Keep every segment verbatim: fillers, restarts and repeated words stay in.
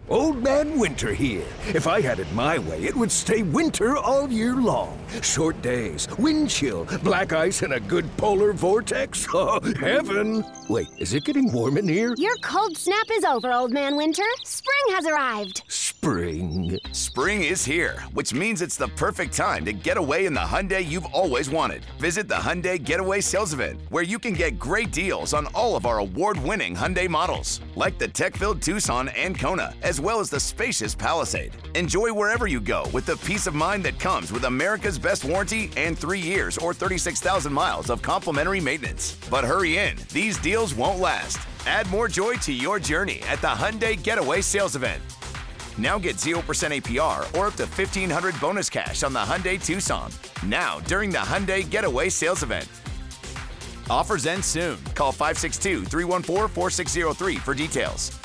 Old Man Winter here. If I had it my way, it would stay winter all year long. Short days, wind chill, black ice, and a good polar vortex. Oh, heaven! Wait, is it getting warm in here? Your cold snap is over, Old Man Winter. Spring has arrived. Spring. Spring is here, which means it's the perfect time to get away in the Hyundai you've always wanted. Visit the Hyundai Getaway Sales Event, where you can get great deals on all of our award-winning Hyundai models, like the tech-filled Tucson and Kona, as well as the spacious Palisade. Enjoy wherever you go with the peace of mind that comes with America's best warranty and three years or thirty-six thousand miles of complimentary maintenance. But hurry in, these deals won't last. Add more joy to your journey at the Hyundai Getaway Sales Event. Now get zero percent A P R or up to fifteen hundred dollars bonus cash on the Hyundai Tucson. Now, during the Hyundai Getaway Sales Event. Offers end soon. Call five six two, three one four, four six zero three for details.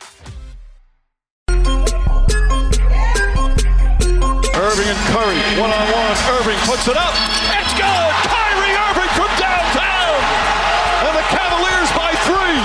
Irving and Curry, one-on-one. Irving puts it up. It's good! Kyrie Irving from downtown! And the Cavaliers by three!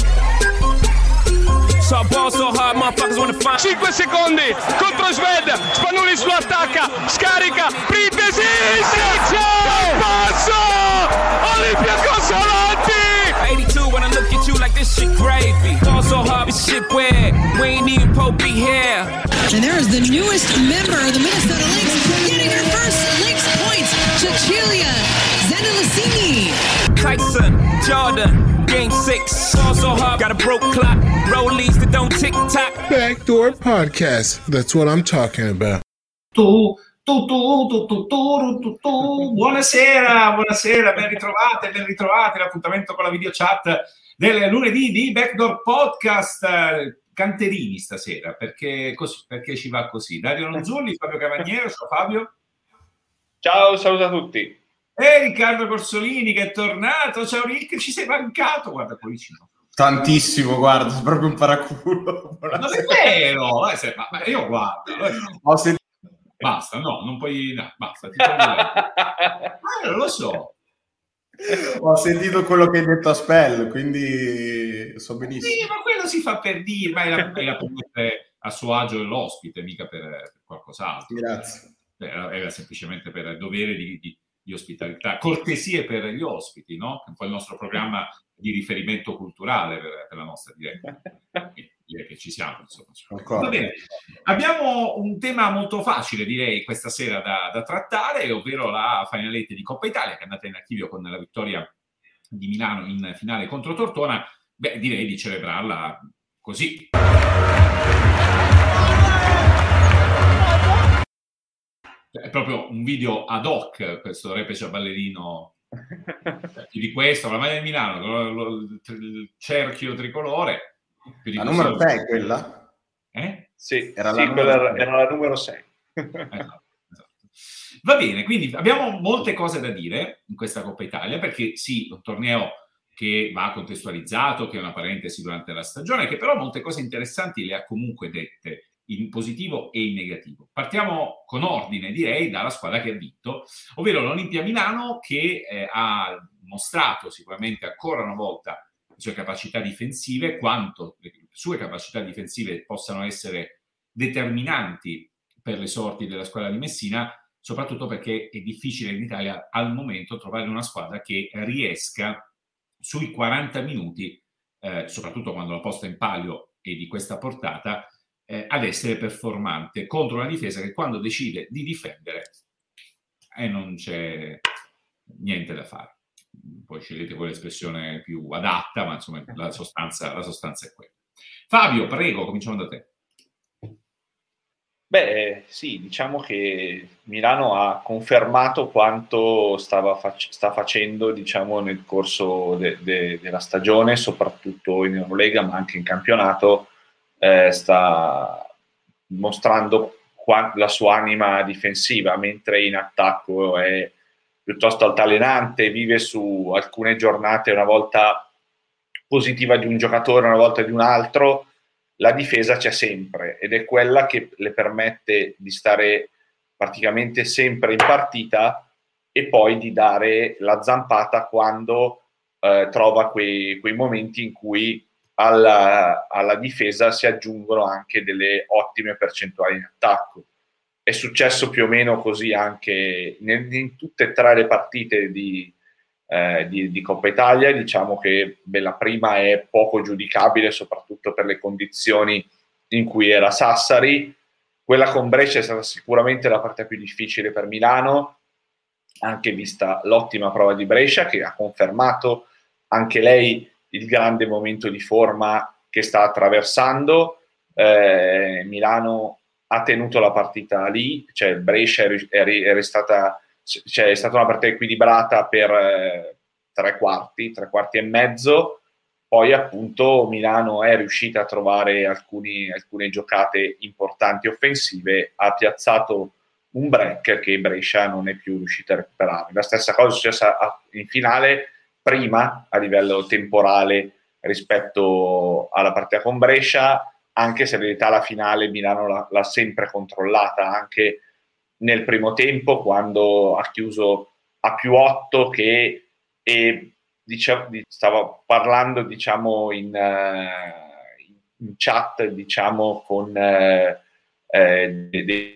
So ball so hard, motherfuckers wanna find. cinque secondi contro Sved. Spanulis lo attacca, scarica, Pripesi, Sezio! Passo! Olympiacos avanti! eighty-two when I look at you like this shit gravy. Ball so hard, this shit weird. We ain't even Pope be here. And there is the newest member of the Minnesota Lynx getting her first Lynx points, Cecilia Zendelicini. Tyson, Jordan, game six. Ball so hard, got a broke clock. Rollies that don't tick-tock. Backdoor Podcast. That's what I'm talking about. Tu, tu, tu, tu, tu, tu, tu, tu. Buonasera, buonasera, ben ritrovate, ben ritrovati. L'appuntamento con la video chat del lunedì di Backdoor Podcast. Canterini stasera, perché, così, perché ci va così. Dario Nonzulli, Fabio Cavagnero, ciao Fabio. Ciao, saluto a tutti. E Riccardo Corsolini che è tornato. Ciao Rick, ci sei mancato, guarda qua vicino. Tantissimo, guarda, sei proprio un paraculo. Non è vero, ma, ma io guardo. Ho sentito... Basta, no, non puoi... No, basta, ti togli ah, non lo so. Ho sentito quello che hai detto a Spell, quindi so benissimo. Sì, ma quello si fa per dire, ma è la, è la per mettere a suo agio l'ospite, mica per, per qualcos'altro. Grazie. Era, era semplicemente per il dovere di, di, di ospitalità, cortesie per gli ospiti, no? Che è un po' il nostro programma di riferimento culturale per, per la nostra diretta. Direi che ci siamo, insomma. Va bene. Abbiamo un tema molto facile, direi, questa sera da, da trattare, ovvero la finalette di Coppa Italia, che è andata in archivio con la vittoria di Milano in finale contro Tortona. Beh, direi di celebrarla così. È proprio un video ad hoc, questo Repecia ballerino. Più di questo, la maglia di Milano, lo, lo, il cerchio tricolore. La numero sei è quella? Eh? Sì, era, sì, la quella numero... era la numero sei. Esatto, esatto. Va bene, quindi abbiamo molte cose da dire in questa Coppa Italia, perché sì, un torneo che va contestualizzato, che è una parentesi durante la stagione, che però molte cose interessanti le ha comunque dette in positivo e in negativo. Partiamo con ordine, direi, dalla squadra che ha vinto, ovvero l'Olimpia Milano, che eh, ha mostrato sicuramente ancora una volta le sue capacità difensive, quanto le sue capacità difensive possano essere determinanti per le sorti della squadra di Messina, soprattutto perché è difficile in Italia al momento trovare una squadra che riesca sui quaranta minuti, eh, soprattutto quando la posta in palio è di questa portata, eh, ad essere performante contro una difesa che quando decide di difendere e eh, non c'è niente da fare. Poi scegliete voi l'espressione più adatta, ma insomma la sostanza, la sostanza è quella. Fabio, prego, cominciamo da te. Beh, sì, diciamo che Milano ha confermato quanto stava fac- sta facendo, diciamo, nel corso de- de- della stagione, soprattutto in Eurolega, ma anche in campionato, eh, sta mostrando qua- la sua anima difensiva, mentre in attacco è piuttosto altalenante, vive su alcune giornate una volta positiva di un giocatore, una volta di un altro. La difesa c'è sempre ed è quella che le permette di stare praticamente sempre in partita e poi di dare la zampata quando eh, trova quei, quei momenti in cui alla, alla difesa si aggiungono anche delle ottime percentuali in attacco. È successo più o meno così anche in, in tutte e tre le partite di, eh, di, di Coppa Italia. Diciamo che beh, la prima è poco giudicabile, soprattutto per le condizioni in cui era Sassari. Quella con Brescia è stata sicuramente la partita più difficile per Milano, anche vista l'ottima prova di Brescia, che ha confermato anche lei il grande momento di forma che sta attraversando. Eh, Milano ha tenuto la partita lì, cioè il Brescia è, è, è, stata, cioè è stata una partita equilibrata per eh, tre quarti, tre quarti e mezzo. Poi appunto Milano è riuscita a trovare alcuni, alcune giocate importanti offensive, ha piazzato un break che Brescia non è più riuscita a recuperare. La stessa cosa è successa in finale, prima a livello temporale rispetto alla partita con Brescia, anche se in realtà la finale Milano l'ha, l'ha sempre controllata, anche nel primo tempo quando ha chiuso a più otto, che e, diciamo, stavo parlando diciamo in, uh, in chat diciamo con uh, eh, de, de,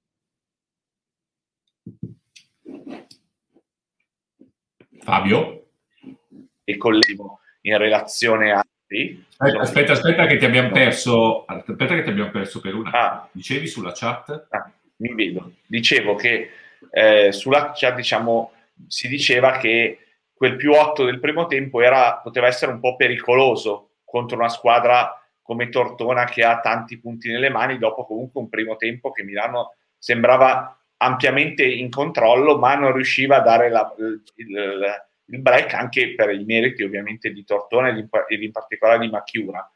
Fabio e collego in relazione a sì? aspetta, aspetta aspetta che ti abbiamo perso aspetta che ti abbiamo perso per una ah. dicevi sulla chat ah, mi vedo dicevo che eh, sulla chat diciamo si diceva che quel più otto del primo tempo era, poteva essere un po' pericoloso contro una squadra come Tortona che ha tanti punti nelle mani, dopo comunque un primo tempo che Milano sembrava ampiamente in controllo, ma non riusciva a dare la, il, il, il break, anche per i meriti ovviamente di Tortona ed in particolare di Machiura.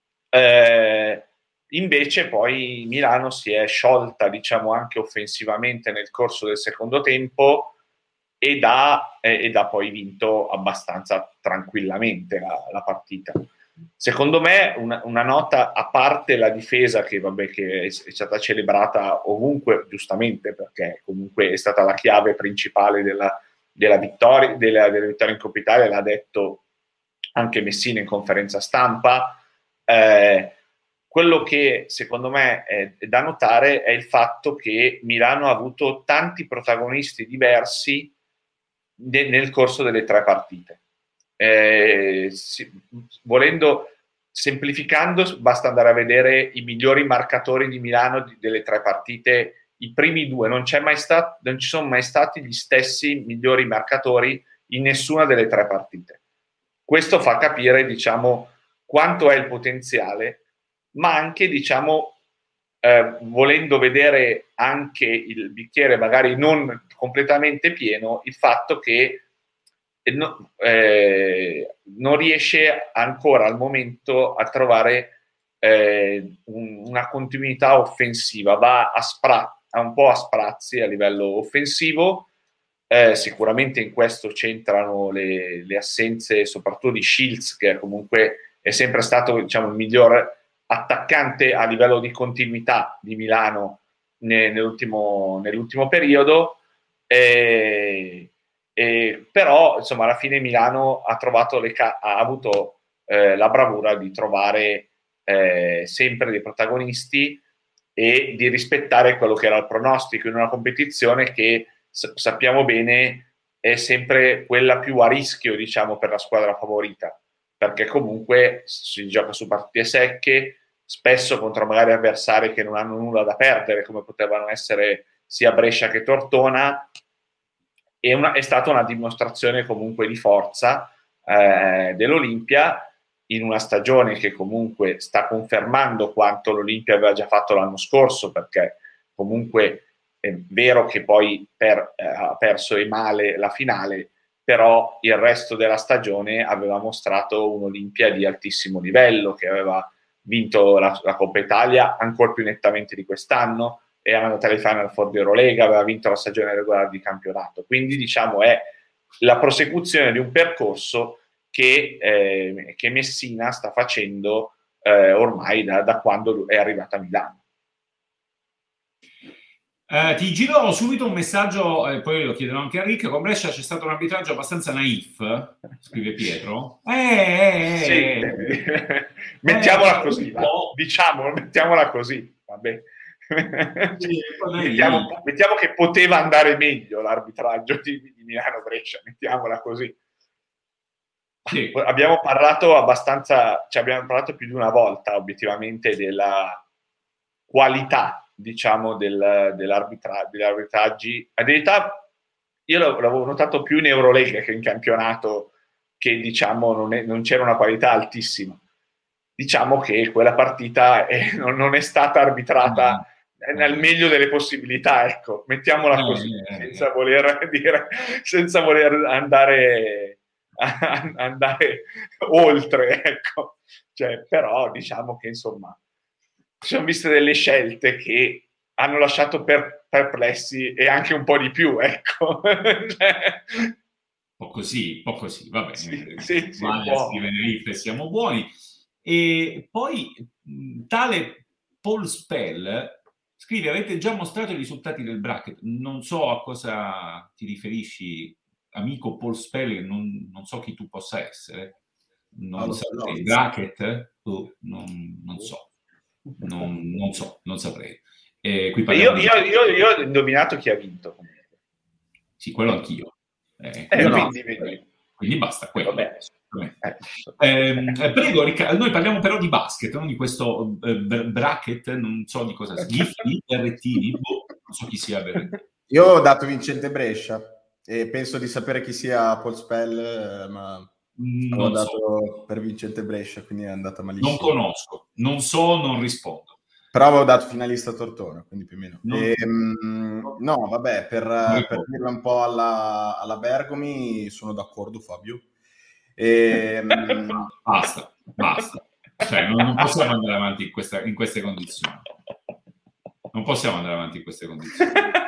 Eh, invece poi Milano si è sciolta diciamo anche offensivamente nel corso del secondo tempo, ed ha, eh, ed ha poi vinto abbastanza tranquillamente la, la partita. Secondo me una, una nota, a parte la difesa che, vabbè, che è, è stata celebrata ovunque, giustamente, perché comunque è stata la chiave principale della, della, vittoria, della, della vittoria in Coppa Italia, l'ha detto anche Messina in conferenza stampa. Eh, quello che secondo me è, è da notare è il fatto che Milano ha avuto tanti protagonisti diversi nel corso delle tre partite. Eh, si, volendo, semplificando, basta andare a vedere i migliori marcatori di Milano di, delle tre partite, i primi due, non c'è mai stato, non ci sono mai stati gli stessi migliori marcatori in nessuna delle tre partite. Questo fa capire, diciamo, quanto è il potenziale, ma anche, diciamo, Eh, volendo vedere anche il bicchiere magari non completamente pieno, il fatto che eh, no, eh, non riesce ancora al momento a trovare eh, un, una continuità offensiva, va a, spra- a un po' a sprazzi a livello offensivo. Eh, sicuramente in questo c'entrano le, le assenze soprattutto di Shields, che comunque è sempre stato, diciamo, il miglior attaccante a livello di continuità di Milano ne, nell'ultimo, nell'ultimo periodo, e, e, però insomma alla fine Milano ha, trovato le ca- ha avuto eh, la bravura di trovare eh, sempre dei protagonisti e di rispettare quello che era il pronostico in una competizione che s- sappiamo bene è sempre quella più a rischio, diciamo, per la squadra favorita, perché comunque si gioca su partite secche, spesso contro magari avversari che non hanno nulla da perdere, come potevano essere sia Brescia che Tortona, e una, è stata una dimostrazione comunque di forza eh, dell'Olimpia in una stagione che comunque sta confermando quanto l'Olimpia aveva già fatto l'anno scorso, perché comunque è vero che poi per, eh, ha perso e male la finale, però il resto della stagione aveva mostrato un'Olimpia di altissimo livello, che aveva vinto la, la Coppa Italia ancora più nettamente di quest'anno, era andata alle Final Four di Eurolega, aveva vinto la stagione regolare di campionato, quindi diciamo è la prosecuzione di un percorso che, eh, che Messina sta facendo eh, ormai da, da quando è arrivata a Milano. Eh, ti giro subito un messaggio, e eh, poi lo chiederò anche a Rick. Con Brescia c'è stato un arbitraggio abbastanza naif, scrive Pietro. Eh, eh, sì, eh, mettiamola eh, così, diciamo, mettiamola così, vabbè. Sì, mettiamo, mettiamo che poteva andare meglio l'arbitraggio di, di Milano-Brescia, mettiamola così. Sì. Abbiamo parlato abbastanza, cioè abbiamo parlato più di una volta obiettivamente della qualità, diciamo, del, dell'arbitra, degli arbitraggi. A verità io l'avevo notato più in Eurolega che in campionato, che diciamo non, è, non c'era una qualità altissima. Diciamo che quella partita è, non, non è stata arbitrata mm. nel meglio delle possibilità, ecco, mettiamola eh, così, eh, senza eh. voler dire, senza voler andare andare oltre, ecco. Cioè, però diciamo che insomma ci sono viste delle scelte che hanno lasciato per, perplessi e anche un po' di più, ecco. Cioè... un po' così, un po' così, va bene. Sì, sì, sì, Maglia, scrivere Riff, siamo buoni. E poi tale Paul Spell scrive: avete già mostrato i risultati del bracket, non so a cosa ti riferisci, amico Paul Spell, non, non so chi tu possa essere, non allora, saprei. No, bracket? Oh, non, non so, non, non so, non saprei. Eh, qui io, io, io, io ho indovinato chi ha vinto. Sì, quello anch'io. Eh, eh, no, quindi, vedi. quindi basta quello. Vabbè. Eh, prego, Riccardo, noi parliamo però di basket, non di questo eh, bracket, non so di cosa sia. Berrettini, boh, non so chi sia Berrettini. Io ho dato vincente Brescia e penso di sapere chi sia Paul Spell, ma non ho dato so. per vincente Brescia, quindi è andata malissimo. Non conosco, non so, non rispondo. Però avevo dato finalista Tortona, quindi più o meno. Non, e, non, no, vabbè, per, per dirla un po' alla, alla Bergomi, sono d'accordo, Fabio. E, basta, basta. Cioè, non, non possiamo andare avanti in, questa, in queste condizioni. Non possiamo andare avanti in queste condizioni.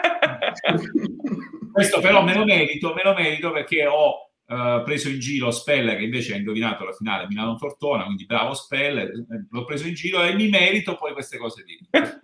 Questo però me lo merito, me lo merito perché ho Uh, preso in giro Spell, che invece ha indovinato la finale Milano-Tortona, quindi bravo Spell, l'ho preso in giro e mi merito poi queste cose lì.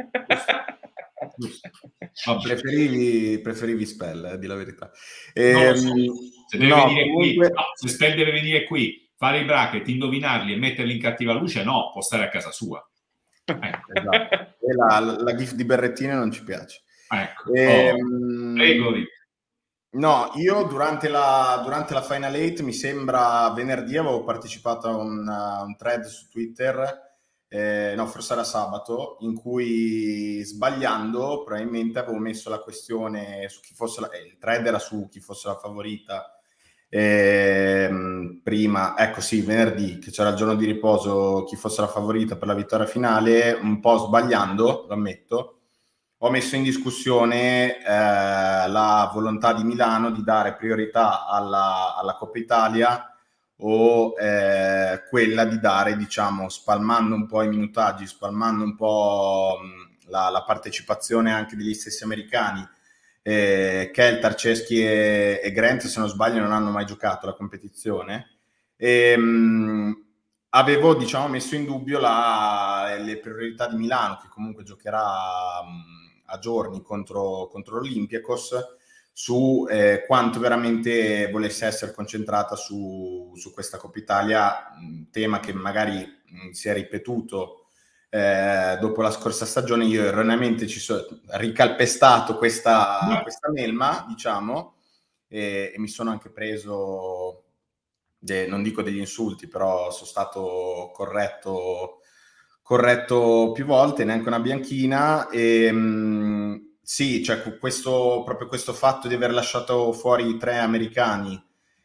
Giusto. Giusto. Preferivi, preferivi Spell, eh, di la verità. E, so. Se deve no, venire comunque... qui, no, se Spell deve venire qui, fare i bracket, indovinarli e metterli in cattiva luce, no, può stare a casa sua. Ecco, esatto. E la, la gif di Berrettini non ci piace. Ecco. E, oh. Prego, Rick. No, io durante la, durante la Final Eight, mi sembra venerdì, avevo partecipato a un, a un thread su Twitter, eh, no, forse era sabato, in cui sbagliando probabilmente avevo messo la questione su chi fosse la, eh, il thread era su chi fosse la favorita eh, prima, ecco sì, venerdì, che c'era il giorno di riposo, chi fosse la favorita per la vittoria finale, un po' sbagliando, lo ammetto. Ho messo in discussione eh, la volontà di Milano di dare priorità alla, alla Coppa Italia o eh, quella di dare, diciamo, spalmando un po' i minutaggi, spalmando un po' mh, la, la partecipazione anche degli stessi americani. Eh, Kell, Tarceschi e, e Grant, se non sbaglio, non hanno mai giocato la competizione. E, mh, avevo, diciamo, messo in dubbio la, le priorità di Milano, che comunque giocherà... Mh, a giorni contro, contro l'Olympiakos, su eh, quanto veramente volesse essere concentrata su, su questa Coppa Italia, un tema che magari mh, si è ripetuto eh, dopo la scorsa stagione. Io erroneamente ci sono ricalpestato questa, no. questa melma, diciamo, e, e mi sono anche preso, de, non dico degli insulti, però sono stato corretto corretto più volte, neanche una bianchina. E mh, sì, cioè questo, proprio questo fatto di aver lasciato fuori tre americani,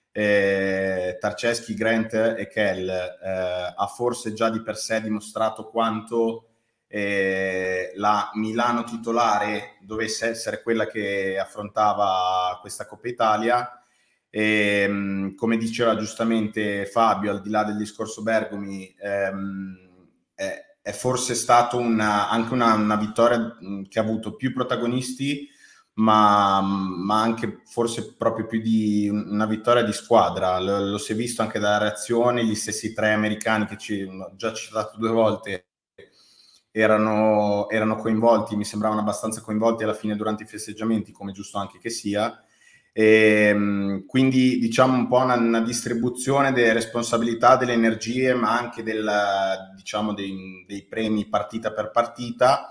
eh, Tarceschi, Grant e Kell, eh, ha forse già di per sé dimostrato quanto eh, la Milano titolare dovesse essere quella che affrontava questa Coppa Italia. E mh, come diceva giustamente Fabio, al di là del discorso Bergomi, ehm, è, è forse stato una, anche una, una vittoria che ha avuto più protagonisti, ma, ma anche forse proprio più di una vittoria di squadra. Lo, lo si è visto anche dalla reazione, gli stessi tre americani che ci ho già citato due volte, erano, erano coinvolti, mi sembravano abbastanza coinvolti alla fine durante i festeggiamenti, come giusto anche che sia. E, quindi diciamo un po' una, una distribuzione delle responsabilità, delle energie, ma anche del, diciamo dei, dei premi partita per partita.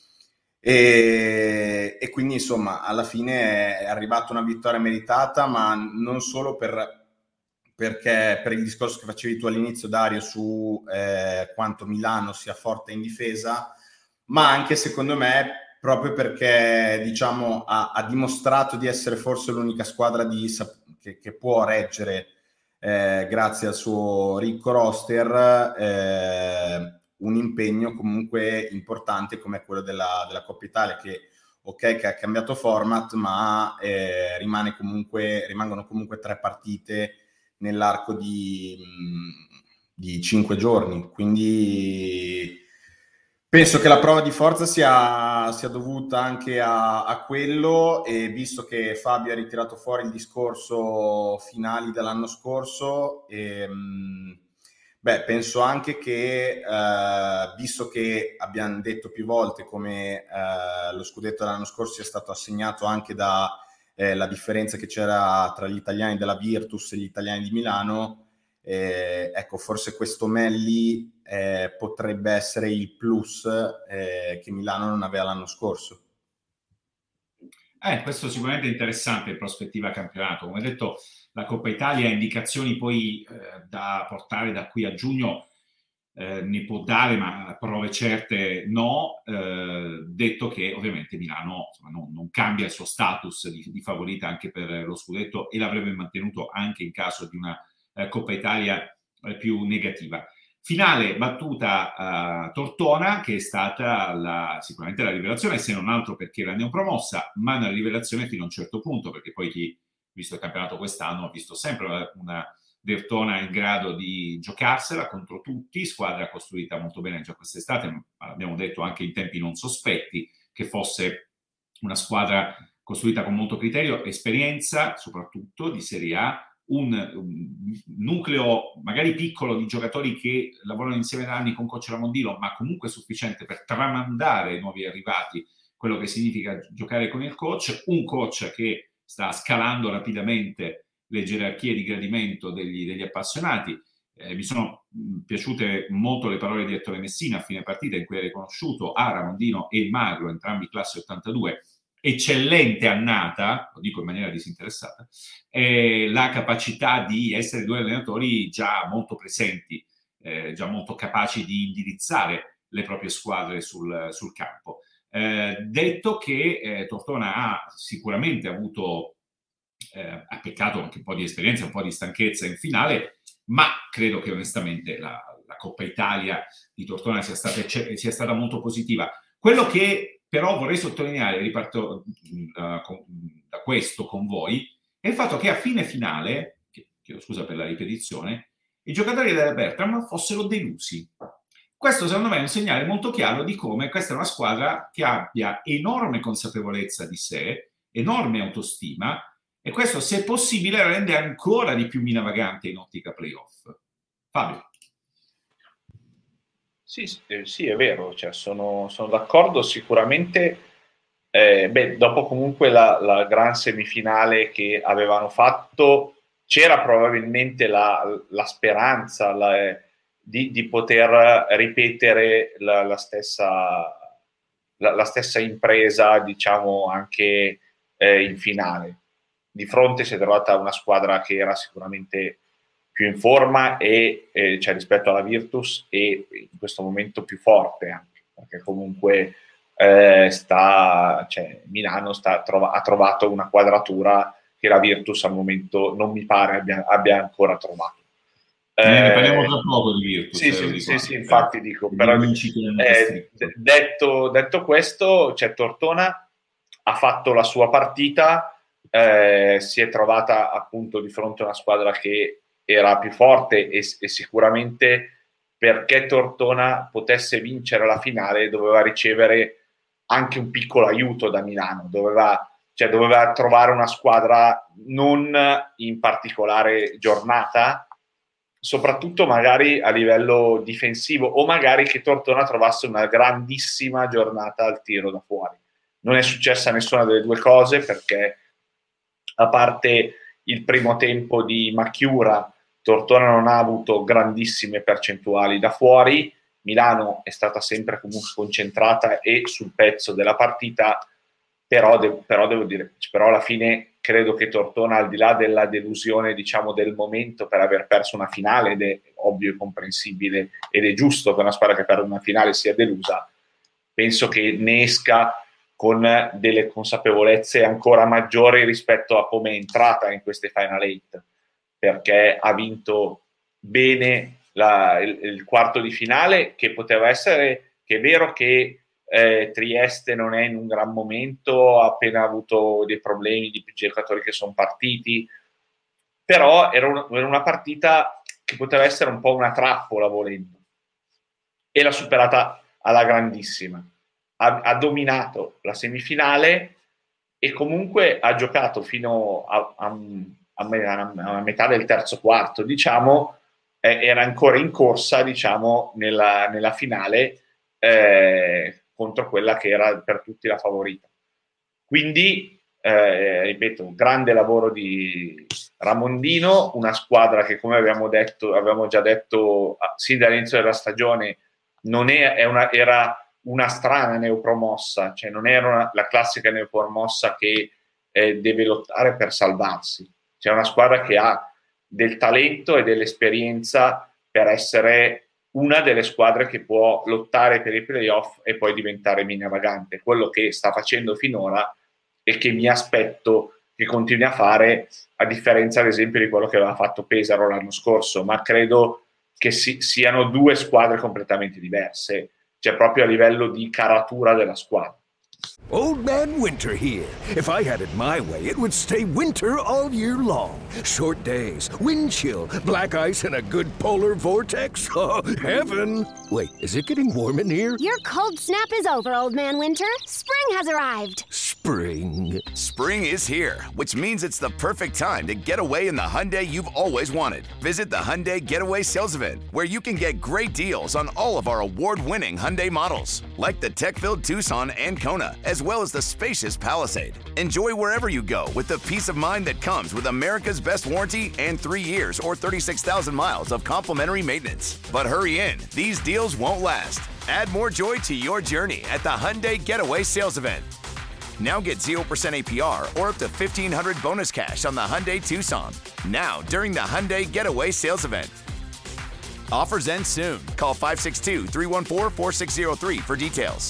E, e quindi insomma alla fine è arrivata una vittoria meritata, ma non solo per, perché per il discorso che facevi tu all'inizio, Dario, su eh, quanto Milano sia forte in difesa, ma anche secondo me proprio perché diciamo ha, ha dimostrato di essere forse l'unica squadra di, che, che può reggere eh, grazie al suo ricco roster eh, un impegno comunque importante come quello della, della Coppa Italia, che ok che ha cambiato format, ma eh, rimane comunque, rimangono comunque tre partite nell'arco di, di cinque giorni, quindi penso che la prova di forza sia, sia dovuta anche a, a quello, e visto che Fabio ha ritirato fuori il discorso finali dell'anno scorso, e, beh, penso anche che, eh, visto che abbiamo detto più volte come eh, lo scudetto dell'anno scorso sia stato assegnato anche da eh, la differenza che c'era tra gli italiani della Virtus e gli italiani di Milano, eh, ecco, forse questo Melli eh, potrebbe essere il plus eh, che Milano non aveva l'anno scorso. Eh, questo sicuramente è interessante in prospettiva campionato. Come detto, la Coppa Italia ha indicazioni poi eh, da portare da qui a giugno, eh, ne può dare, ma prove certe no, eh, detto che ovviamente Milano insomma, non, non cambia il suo status di, di favorita anche per lo scudetto, e l'avrebbe mantenuto anche in caso di una eh, Coppa Italia eh, più negativa. Finale battuta a Tortona, che è stata la, sicuramente la rivelazione, se non altro perché era neopromossa, ma una rivelazione fino a un certo punto, perché poi chi, visto il campionato quest'anno, ha visto sempre una Tortona in grado di giocarsela contro tutti, squadra costruita molto bene già quest'estate, ma abbiamo detto anche in tempi non sospetti che fosse una squadra costruita con molto criterio, esperienza, soprattutto di Serie A, un, un nucleo magari piccolo di giocatori che lavorano insieme da anni con coach Ramondino, ma comunque sufficiente per tramandare ai nuovi arrivati quello che significa giocare con il coach, un coach che sta scalando rapidamente le gerarchie di gradimento degli, degli appassionati. Eh, mi sono mh, piaciute molto le parole di Ettore Messina a fine partita, in cui ha riconosciuto a Ramondino e Magro, entrambi classe ottantadue, eccellente annata, lo dico in maniera disinteressata, eh, la capacità di essere due allenatori già molto presenti, eh, già molto capaci di indirizzare le proprie squadre sul, sul campo. Eh, detto che eh, Tortona ha sicuramente avuto, eh, ha peccato anche un po' di esperienza, un po' di stanchezza in finale, ma credo che onestamente la, la Coppa Italia di Tortona sia stata, sia stata molto positiva. Quello che però vorrei sottolineare, riparto uh, con, da questo con voi, è il fatto che a fine finale, che, chiedo scusa per la ripetizione, i giocatori della Bertram fossero delusi. Questo secondo me è un segnale molto chiaro di come questa è una squadra che abbia enorme consapevolezza di sé, enorme autostima, e questo, se possibile, la rende ancora di più minavagante in ottica playoff. Fabio. Sì, eh, sì, è vero, cioè, sono, sono d'accordo sicuramente. Eh, beh, dopo comunque la, la gran semifinale che avevano fatto, c'era probabilmente la, la speranza la, eh, di, di poter ripetere la, la, stessa, la, la stessa impresa, diciamo, anche eh, in finale. Di fronte si è trovata una squadra che era sicuramente più in forma e eh, cioè rispetto alla Virtus, e in questo momento più forte anche, perché comunque eh, sta, cioè, Milano sta, trova, ha trovato una quadratura che la Virtus al momento non mi pare abbia, abbia ancora trovato. Eh, ne parliamo tra poco di Virtus. Sì, sì, sì, sì, infatti dico, però, eh, detto, detto questo, cioè, Tortona ha fatto la sua partita, eh, si è trovata appunto di fronte a una squadra che era più forte, e, e sicuramente perché Tortona potesse vincere la finale doveva ricevere anche un piccolo aiuto da Milano, doveva, cioè doveva trovare una squadra non in particolare giornata soprattutto magari a livello difensivo, o magari che Tortona trovasse una grandissima giornata al tiro da fuori. Non è successa nessuna delle due cose, perché a parte il primo tempo di Machiura, Tortona non ha avuto grandissime percentuali da fuori. Milano è stata sempre comunque concentrata e sul pezzo della partita, però, de- però devo dire, però alla fine credo che Tortona, al di là della delusione, diciamo, del momento per aver perso una finale, ed è ovvio e comprensibile ed è giusto che una squadra che perde una finale sia delusa, penso che ne esca con delle consapevolezze ancora maggiori rispetto a come è entrata in queste Final Eight, perché ha vinto bene la, il, il quarto di finale, che poteva essere, che è vero che eh, Trieste non è in un gran momento, ha appena avuto dei problemi di giocatori che sono partiti, però era, un, era una partita che poteva essere un po' una trappola volendo, e l'ha superata alla grandissima. Ha, ha dominato la semifinale e comunque ha giocato fino a, a, a, a metà del terzo quarto, diciamo, eh, era ancora in corsa, diciamo, nella, nella finale eh, contro quella che era per tutti la favorita. Quindi, eh, ripeto, grande lavoro di Ramondino, una squadra che, come abbiamo detto, avevamo già detto sin dall'inizio della stagione, non è, è una, era una strana neopromossa, cioè non era una, la classica neopromossa che eh, deve lottare per salvarsi. C'è una squadra che ha del talento e dell'esperienza per essere una delle squadre che può lottare per i playoff e poi diventare mina vagante, quello che sta facendo finora e che mi aspetto che continui a fare, a differenza ad esempio di quello che aveva fatto Pesaro l'anno scorso, ma credo che si, siano due squadre completamente diverse, cioè proprio a livello di caratura della squadra. Old Man Winter here. If I had it my way, it would stay winter all year long. Short days, wind chill, black ice, and a good polar vortex. Oh, heaven! Wait, is it getting warm in here? Your cold snap is over, Old Man Winter. Spring has arrived. Spring. Spring is here, which means it's the perfect time to get away in the Hyundai you've always wanted. Visit the Hyundai Getaway Sales Event, where you can get great deals on all of our award-winning Hyundai models, like the tech-filled Tucson and Kona, as well as the spacious Palisade. Enjoy wherever you go with the peace of mind that comes with America's best warranty and three years or thirty-six thousand miles of complimentary maintenance. But hurry in, these deals won't last. Add more joy to your journey at the Hyundai Getaway Sales Event. Now get zero percent A P R or up to fifteen hundred dollars bonus cash on the Hyundai Tucson. Now, during the Hyundai Getaway Sales Event. Offers end soon. Call five six two, three one four, four six zero three for details.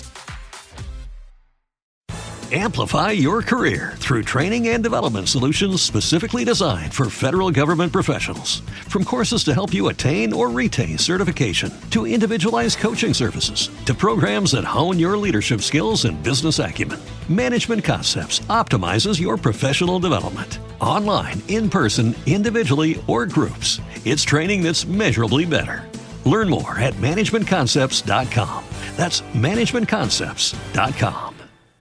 Amplify your career through training and development solutions specifically designed for federal government professionals. From courses to help you attain or retain certification, to individualized coaching services, to programs that hone your leadership skills and business acumen, Management Concepts optimizes your professional development. Online, in person, individually, or groups, it's training that's measurably better. Learn more at management concepts dot com. That's management concepts dot com.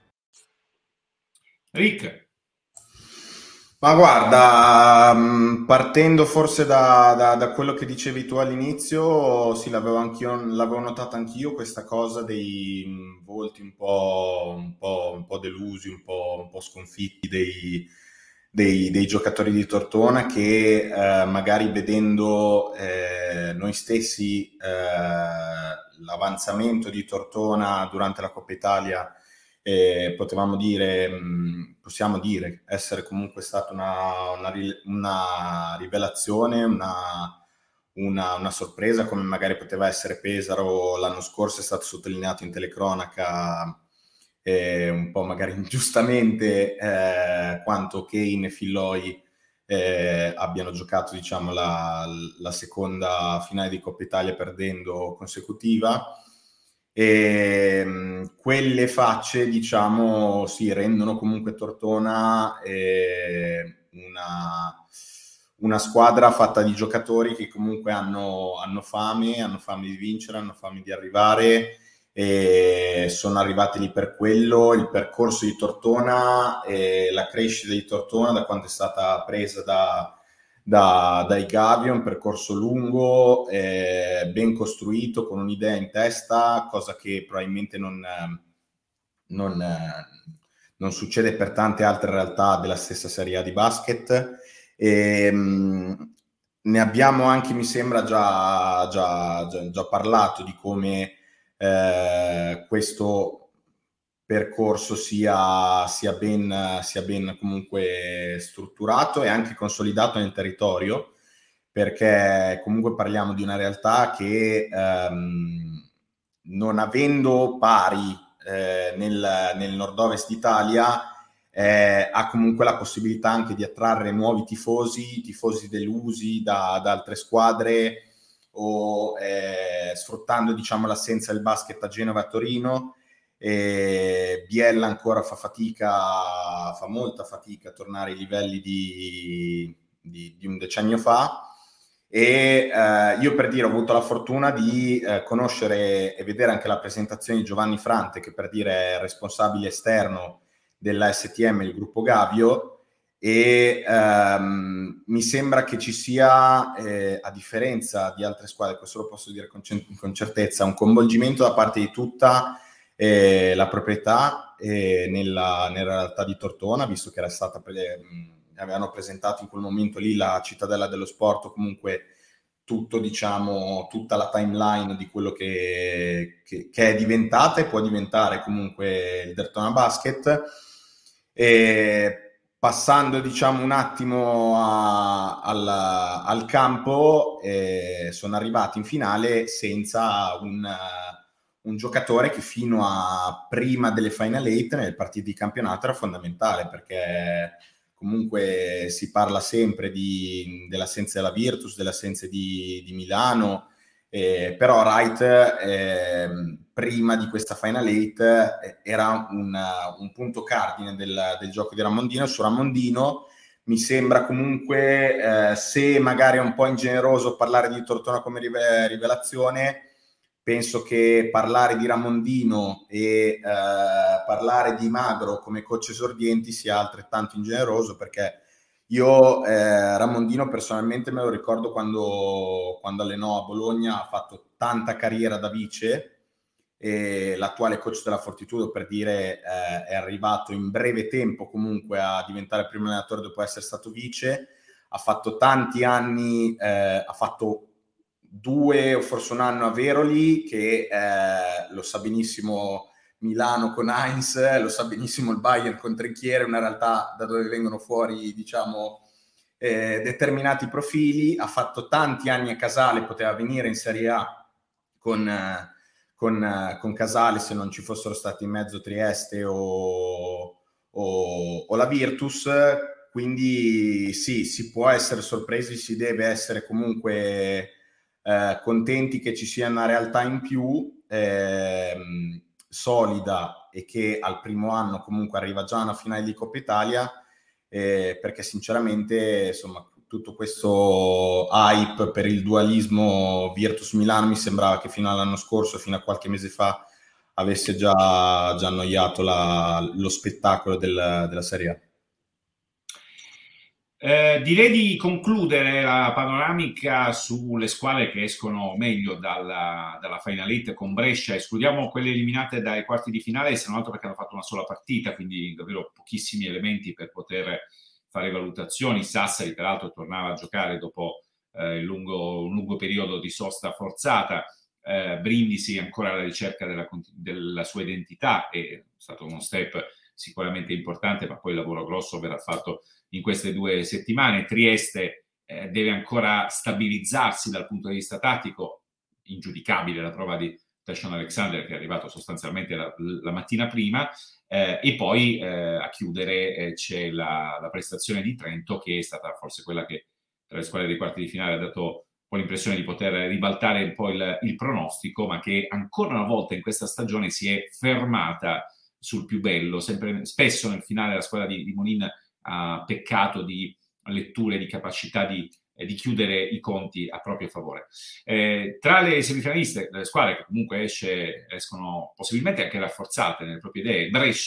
Rick. Ma guarda, partendo forse da, da, da quello che dicevi tu all'inizio, sì, l'avevo anch'io, l'avevo notata anch'io questa cosa dei volti un po', un po', un po' delusi, un po', un po' sconfitti dei, dei, dei giocatori di Tortona che eh, magari vedendo eh, noi stessi eh, l'avanzamento di Tortona durante la Coppa Italia, Eh, potevamo dire, mh, possiamo dire essere comunque stata una, una, una rivelazione, una, una, una sorpresa, come magari poteva essere Pesaro l'anno scorso. È stato sottolineato in telecronaca eh, un po' magari ingiustamente eh, quanto Kane e Filloi eh, abbiano giocato, diciamo, la, la seconda finale di Coppa Italia perdendo consecutiva. E quelle facce, diciamo, si rendono comunque Tortona eh, una, una squadra fatta di giocatori che comunque hanno, hanno fame, hanno fame di vincere, hanno fame di arrivare, e sono arrivati lì per quello. Il percorso di Tortona e la crescita di Tortona da quando è stata presa da, da, dai Gavio, un percorso lungo, eh, ben costruito, con un'idea in testa, cosa che probabilmente non, non, non succede per tante altre realtà della stessa Serie A di basket. E, mh, ne abbiamo anche, mi sembra, già, già, già, già parlato di come eh, questo percorso sia, sia, ben, sia ben comunque strutturato e anche consolidato nel territorio, perché comunque parliamo di una realtà che ehm, non avendo pari eh, nel, nel nord-ovest d'Italia eh, ha comunque la possibilità anche di attrarre nuovi tifosi, tifosi delusi da, da altre squadre, o eh, sfruttando, diciamo, l'assenza del basket a Genova e a Torino. E Biella ancora fa fatica, fa molta fatica a tornare ai livelli di, di, di un decennio fa. E eh, io, per dire, ho avuto la fortuna di eh, conoscere e vedere anche la presentazione di Giovanni Frante, che per dire è responsabile esterno della S T M, il gruppo Gavio, e ehm, mi sembra che ci sia, eh, a differenza di altre squadre, questo lo posso dire con, con certezza, un coinvolgimento da parte di tutta eh, la proprietà eh, nella, nella realtà di Tortona, visto che era stata pre- avevano presentato in quel momento lì la cittadella dello sport, comunque tutto, diciamo, tutta la timeline di quello che, che, che è diventata e può diventare comunque il Dertona Basket. E passando, diciamo, un attimo a, al, al campo, eh, sono arrivati in finale senza un, un giocatore che fino a prima delle Final Eight nelle partite di campionato era fondamentale, perché comunque si parla sempre di, dell'assenza della Virtus, dell'assenza di, di Milano, eh, però Wright eh, prima di questa Final Eight eh, era un, un punto cardine del, del gioco di Ramondino. Su Ramondino mi sembra comunque, eh, se magari è un po' ingeneroso parlare di Tortona come rive- rivelazione, penso che parlare di Ramondino e eh, parlare di Magro come coach esordienti sia altrettanto ingeneroso, perché io eh, Ramondino personalmente me lo ricordo quando, quando allenò a Bologna, ha fatto tanta carriera da vice, e l'attuale coach della Fortitudo, per dire, eh, è arrivato in breve tempo comunque a diventare primo allenatore dopo essere stato vice, ha fatto tanti anni, eh, ha fatto due o forse un anno a Veroli, che eh, lo sa benissimo Milano con Heinz, lo sa benissimo il Bayern con Trinchiere, una realtà da dove vengono fuori, diciamo, eh, determinati profili. Ha fatto tanti anni a Casale, poteva venire in Serie A con, eh, con, eh, con Casale se non ci fossero stati in mezzo Trieste o, o, o la Virtus. Quindi sì, si può essere sorpresi, si deve essere comunque eh, contenti che ci sia una realtà in più, ehm, solida, e che al primo anno comunque arriva già a una finale di Coppa Italia, eh, perché sinceramente, insomma, tutto questo hype per il dualismo Virtus Milano mi sembrava che fino all'anno scorso, fino a qualche mese fa, avesse già, già annoiato la, lo spettacolo del, della Serie A. Eh, direi di concludere la panoramica sulle squadre che escono meglio dalla, dalla Final Eight con Brescia. Escludiamo quelle eliminate dai quarti di finale, se non altro perché hanno fatto una sola partita, quindi davvero pochissimi elementi per poter fare valutazioni. Sassari, peraltro, tornava a giocare dopo eh, lungo, un lungo periodo di sosta forzata. Eh, Brindisi ancora alla ricerca della, della sua identità, è stato uno step sicuramente importante, ma poi il lavoro grosso verrà fatto in queste due settimane. Trieste eh, deve ancora stabilizzarsi dal punto di vista tattico, ingiudicabile la prova di Tashaun Alexander, che è arrivato sostanzialmente la, la mattina prima, eh, e poi eh, a chiudere eh, c'è la, la prestazione di Trento, che è stata forse quella che tra le squadre dei quarti di finale ha dato un po' l'impressione di poter ribaltare un po' il, il pronostico, ma che ancora una volta in questa stagione si è fermata sul più bello. Sempre, spesso nel finale la squadra di, di Monin ha peccato di letture, di capacità di, eh, di chiudere i conti a proprio favore. Eh, tra le semifinaliste, le squadre che comunque esce, escono possibilmente anche rafforzate nelle proprie idee, Brescia,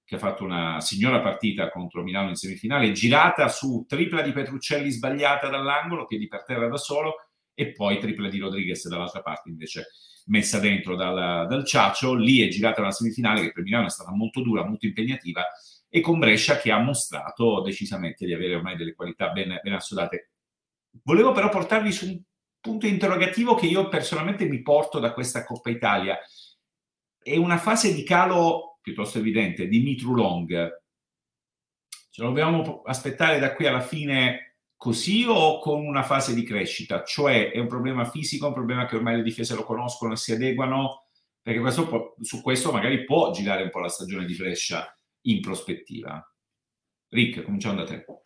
che ha fatto una signora partita contro Milano in semifinale, girata su tripla di Petruccelli sbagliata dall'angolo, piedi per terra da solo, e poi tripla di Rodriguez dall'altra parte invece messa dentro dal, dal Ciaccio. Lì è girata una semifinale che per Milano è stata molto dura, molto impegnativa, e con Brescia che ha mostrato decisamente di avere ormai delle qualità ben, ben assodate. Volevo però portarvi su un punto interrogativo che io personalmente mi porto da questa Coppa Italia. È una fase di calo piuttosto evidente di Mitrulong. Ce lo dobbiamo aspettare da qui alla fine così o con una fase di crescita? Cioè è un problema fisico, un problema che ormai le difese lo conoscono e si adeguano? Perché questo può, su questo magari può girare un po' la stagione di Brescia in prospettiva. Rick, cominciamo da te.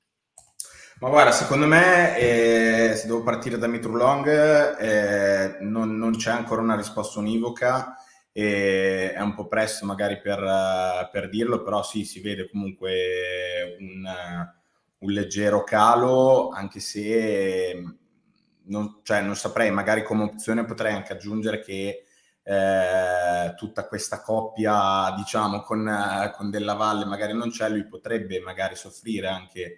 Ma guarda, secondo me, eh, se devo partire da Mitrulong, eh, non, non c'è ancora una risposta univoca, eh, è un po' presto magari per, uh, per dirlo, però sì, si vede comunque un, uh, un leggero calo, anche se non, cioè, non saprei, magari come opzione potrei anche aggiungere che Eh, tutta questa coppia, diciamo, con, eh, con Della Valle magari non c'è, lui potrebbe magari soffrire anche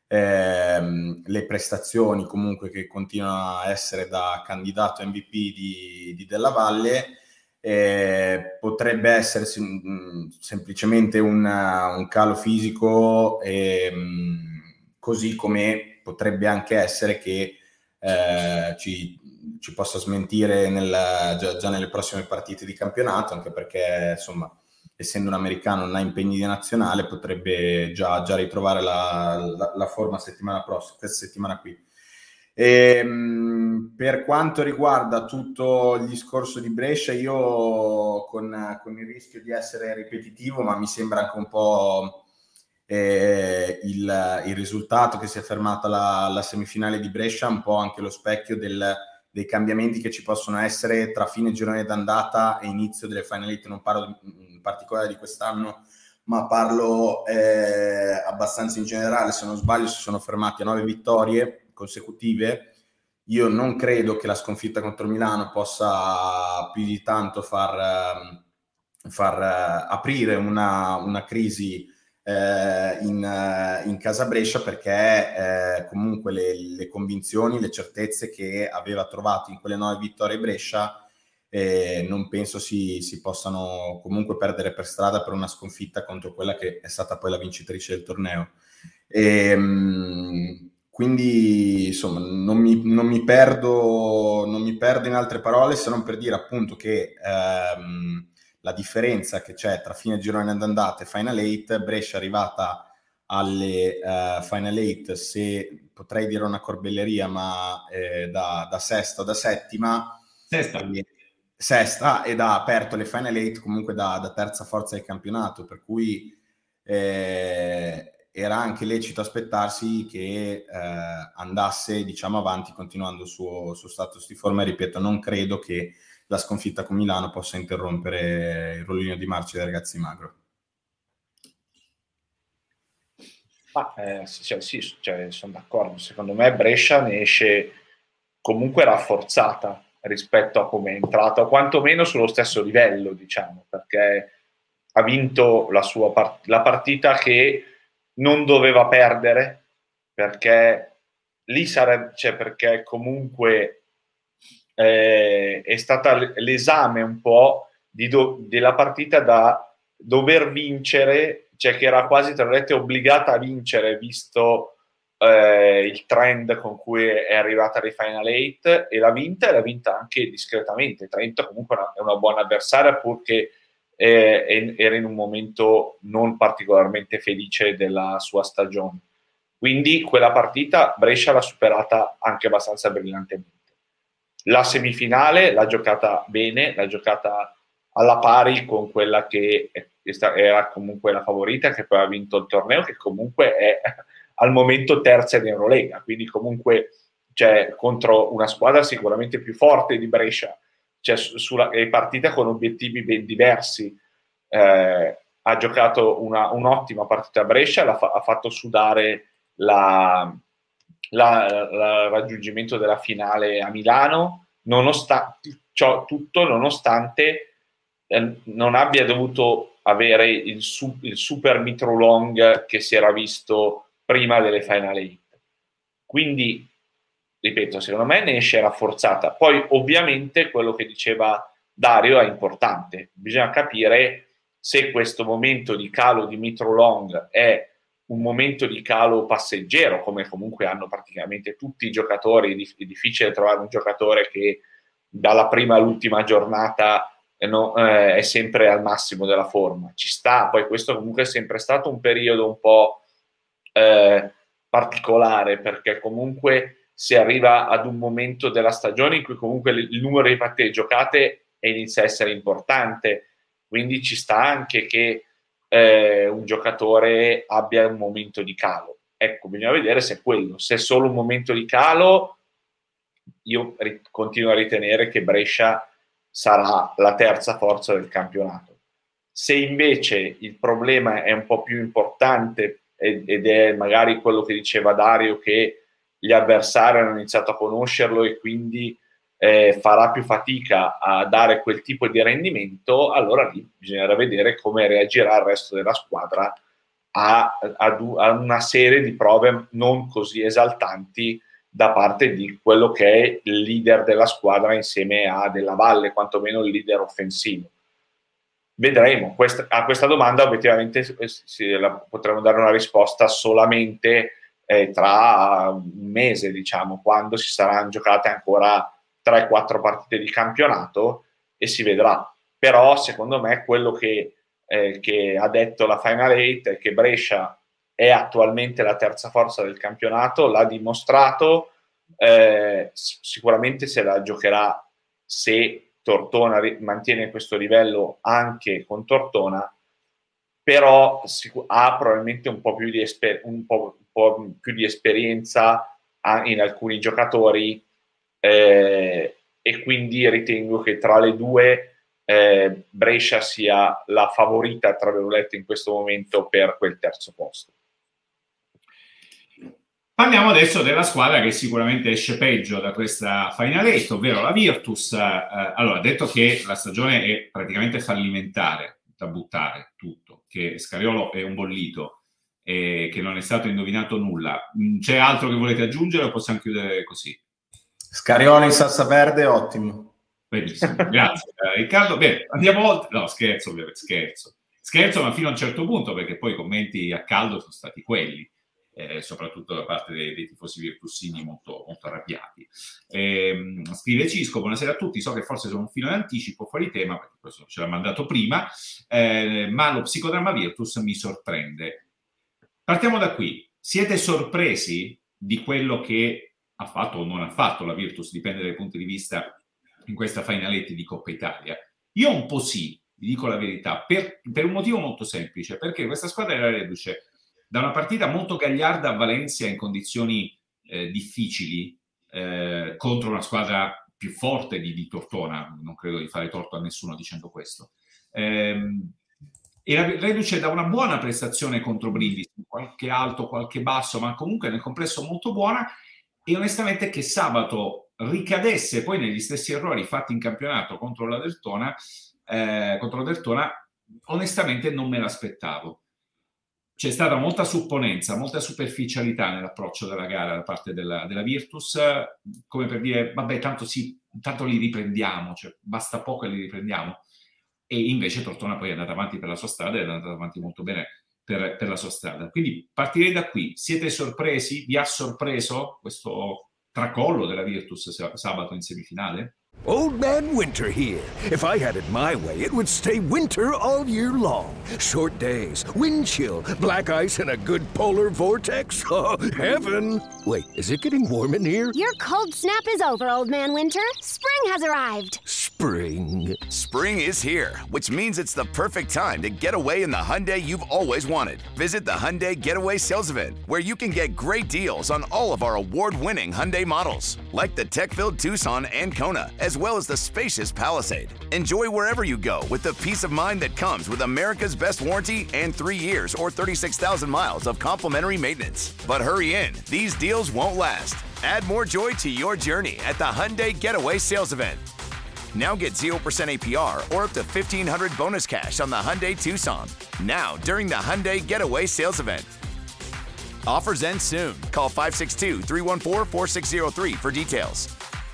ehm, le prestazioni comunque che continua a essere da candidato M V P di, di Della Valle. Eh, potrebbe essere sem- semplicemente un, un calo fisico, ehm, così come potrebbe anche essere che eh, ci ci possa smentire nel, già, già nelle prossime partite di campionato, anche perché insomma, essendo un americano non ha impegni di nazionale, potrebbe già, già ritrovare la, la, la forma settimana prossima, questa settimana qui. E, mh, per quanto riguarda tutto il discorso di Brescia, io con, con il rischio di essere ripetitivo, ma mi sembra anche un po' eh, il, il risultato che si è fermata la, la semifinale di Brescia, un po' anche lo specchio del dei cambiamenti che ci possono essere tra fine girone d'andata e inizio delle Final Eight. Non parlo in particolare di quest'anno, ma parlo eh, abbastanza in generale. Se non sbaglio si sono fermati a nove vittorie consecutive. Io non credo che la sconfitta contro Milano possa più di tanto far, far aprire una, una crisi eh, in, in casa Brescia, perché eh, comunque le, le convinzioni, le certezze che aveva trovato in quelle nove vittorie Brescia eh, non penso si, si possano comunque perdere per strada per una sconfitta contro quella che è stata poi la vincitrice del torneo. E, mh, quindi insomma non mi, non mi perdo non mi perdo in altre parole, se non per dire appunto che ehm, la differenza che c'è tra fine girone d'andata e Final Eight, Brescia è arrivata alle uh, Final Eight, se potrei dire una corbelleria, ma eh, da, da sesta o da settima, sesta. E, sesta ed ha aperto le Final Eight comunque da, da terza forza del campionato, per cui eh, era anche lecito aspettarsi che eh, andasse, diciamo, avanti continuando il suo, suo status di forma. E ripeto, non credo che la sconfitta con Milano possa interrompere il rollino di marcia dei ragazzi magro. Ma eh, cioè, sì, cioè, sono d'accordo. Secondo me Brescia ne esce comunque rafforzata rispetto a come è entrata, o quantomeno sullo stesso livello, diciamo, perché ha vinto la sua part- la partita che non doveva perdere, perché lì sarebbe, cioè, perché comunque Eh, è stata l'esame un po' di do, della partita da dover vincere, cioè che era quasi tra virgolette obbligata a vincere, visto eh, il trend con cui è arrivata alle Final Eight, e l'ha vinta, e l'ha vinta anche discretamente. Trento comunque è una buona avversaria, purché eh, era in un momento non particolarmente felice della sua stagione, quindi quella partita Brescia l'ha superata anche abbastanza brillantemente. La semifinale l'ha giocata bene, l'ha giocata alla pari con quella che era comunque la favorita, che poi ha vinto il torneo, che comunque è al momento terza in Eurolega, quindi comunque cioè, contro una squadra sicuramente più forte di Brescia, cioè, sulla, è partita con obiettivi ben diversi. Eh, ha giocato una, un'ottima partita a Brescia, l'ha fa, ha fatto sudare la... La, la raggiungimento della finale a Milano, nonostante ciò tutto, nonostante eh, non abbia dovuto avere il, su, il super mitro long che si era visto prima delle Final Eight. Quindi, ripeto, secondo me ne esce rafforzata. Poi ovviamente quello che diceva Dario è importante, bisogna capire se questo momento di calo di mitro long è un momento di calo passeggero, come comunque hanno praticamente tutti i giocatori. È difficile trovare un giocatore che dalla prima all'ultima giornata no, eh, è sempre al massimo della forma. Ci sta, poi questo comunque è sempre stato un periodo un po' eh, particolare, perché comunque si arriva ad un momento della stagione in cui comunque il numero di partite giocate inizia a essere importante, quindi ci sta anche che eh, un giocatore abbia un momento di calo. Ecco, bisogna vedere se è quello. Se è solo un momento di calo, io ri- continuo a ritenere che Brescia sarà la terza forza del campionato. Se invece il problema è un po' più importante ed, ed è magari quello che diceva Dario, che gli avversari hanno iniziato a conoscerlo e quindi eh, farà più fatica a dare quel tipo di rendimento, allora lì bisognerà vedere come reagirà il resto della squadra a, a, a una serie di prove non così esaltanti da parte di quello che è il leader della squadra insieme a Della Valle, quantomeno il leader offensivo. Vedremo. Questa, a questa domanda obiettivamente si, la, potremo dare una risposta solamente eh, tra un mese, diciamo, quando si saranno giocate ancora tre quattro partite di campionato e si vedrà. Però secondo me quello che, eh, che ha detto la Final Eight è che Brescia è attualmente la terza forza del campionato, l'ha dimostrato, eh, sicuramente se la giocherà se Tortona ri- mantiene questo livello anche con Tortona, però sic- ha probabilmente un po' più di, esper- un po', un po' più di esperienza in alcuni giocatori, eh, e quindi ritengo che tra le due eh, Brescia sia la favorita, tra virgolette, in questo momento per quel terzo posto. Parliamo adesso della squadra che sicuramente esce peggio da questa Final Eight, ovvero la Virtus. Eh, allora, detto che la stagione è praticamente fallimentare, da buttare tutto, che Scariolo è un bollito e che non è stato indovinato nulla, c'è altro che volete aggiungere o possiamo chiudere così? Scariolo in salsa verde, ottimo. Benissimo, grazie eh, Riccardo. Bene, andiamo oltre. No, scherzo, scherzo. Scherzo, ma fino a un certo punto, perché poi i commenti a caldo sono stati quelli. Eh, soprattutto da parte dei, dei tifosi virtusini molto, molto arrabbiati. Eh, scrive Cisco: buonasera a tutti, so che forse sono un filo in anticipo fuori tema, perché questo ce l'ha mandato prima, eh, ma lo psicodramma Virtus mi sorprende. Partiamo da qui. Siete sorpresi di quello che ha fatto o non ha fatto la Virtus, dipende dai punti di vista, in questa Final Eight di Coppa Italia? Io un po' sì, vi dico la verità, per, per un motivo molto semplice, perché questa squadra era reduce da una partita molto gagliarda a Valencia in condizioni eh, difficili, eh, contro una squadra più forte di, di Tortona, non credo di fare torto a nessuno dicendo questo. Eh, era reduce da una buona prestazione contro Brindisi, qualche alto, qualche basso, ma comunque nel complesso molto buona, e onestamente che sabato ricadesse poi negli stessi errori fatti in campionato contro la Deltona, eh, contro la Deltona, onestamente non me l'aspettavo. C'è stata molta supponenza, molta superficialità nell'approccio della gara da parte della, della Virtus, come per dire, vabbè, tanto sì, tanto li riprendiamo, cioè basta poco e li riprendiamo. E invece Tortona poi è andata avanti per la sua strada ed è andata avanti molto bene per, per la sua strada. Quindi partirei da qui. Siete sorpresi? Vi ha sorpreso questo tracollo della Virtus sabato in semifinale? Old Man Winter here. If I had it my way, it would stay winter all year long. Short days, wind chill, black ice, and a good polar vortex. Oh, heaven! Wait, is it getting warm in here? Your cold snap is over, Old Man Winter. Spring has arrived. Spring. Spring is here, which means it's the perfect time to get away in the Hyundai you've always wanted. Visit the Hyundai Getaway Sales Event, where you can get great deals on all of our award-winning Hyundai models, like the tech-filled Tucson and Kona, as well as the spacious Palisade. Enjoy wherever you go with the peace of mind that comes with America's best warranty and three years or thirty-six thousand miles of complimentary maintenance. But hurry in, these deals won't last. Add more joy to your journey at the Hyundai Getaway Sales Event. Now get zero percent A P R or up to fifteen hundred dollars bonus cash on the Hyundai Tucson. Now, during the Hyundai Getaway Sales Event. Offers end soon. Call five six two, three one four, four six zero three for details.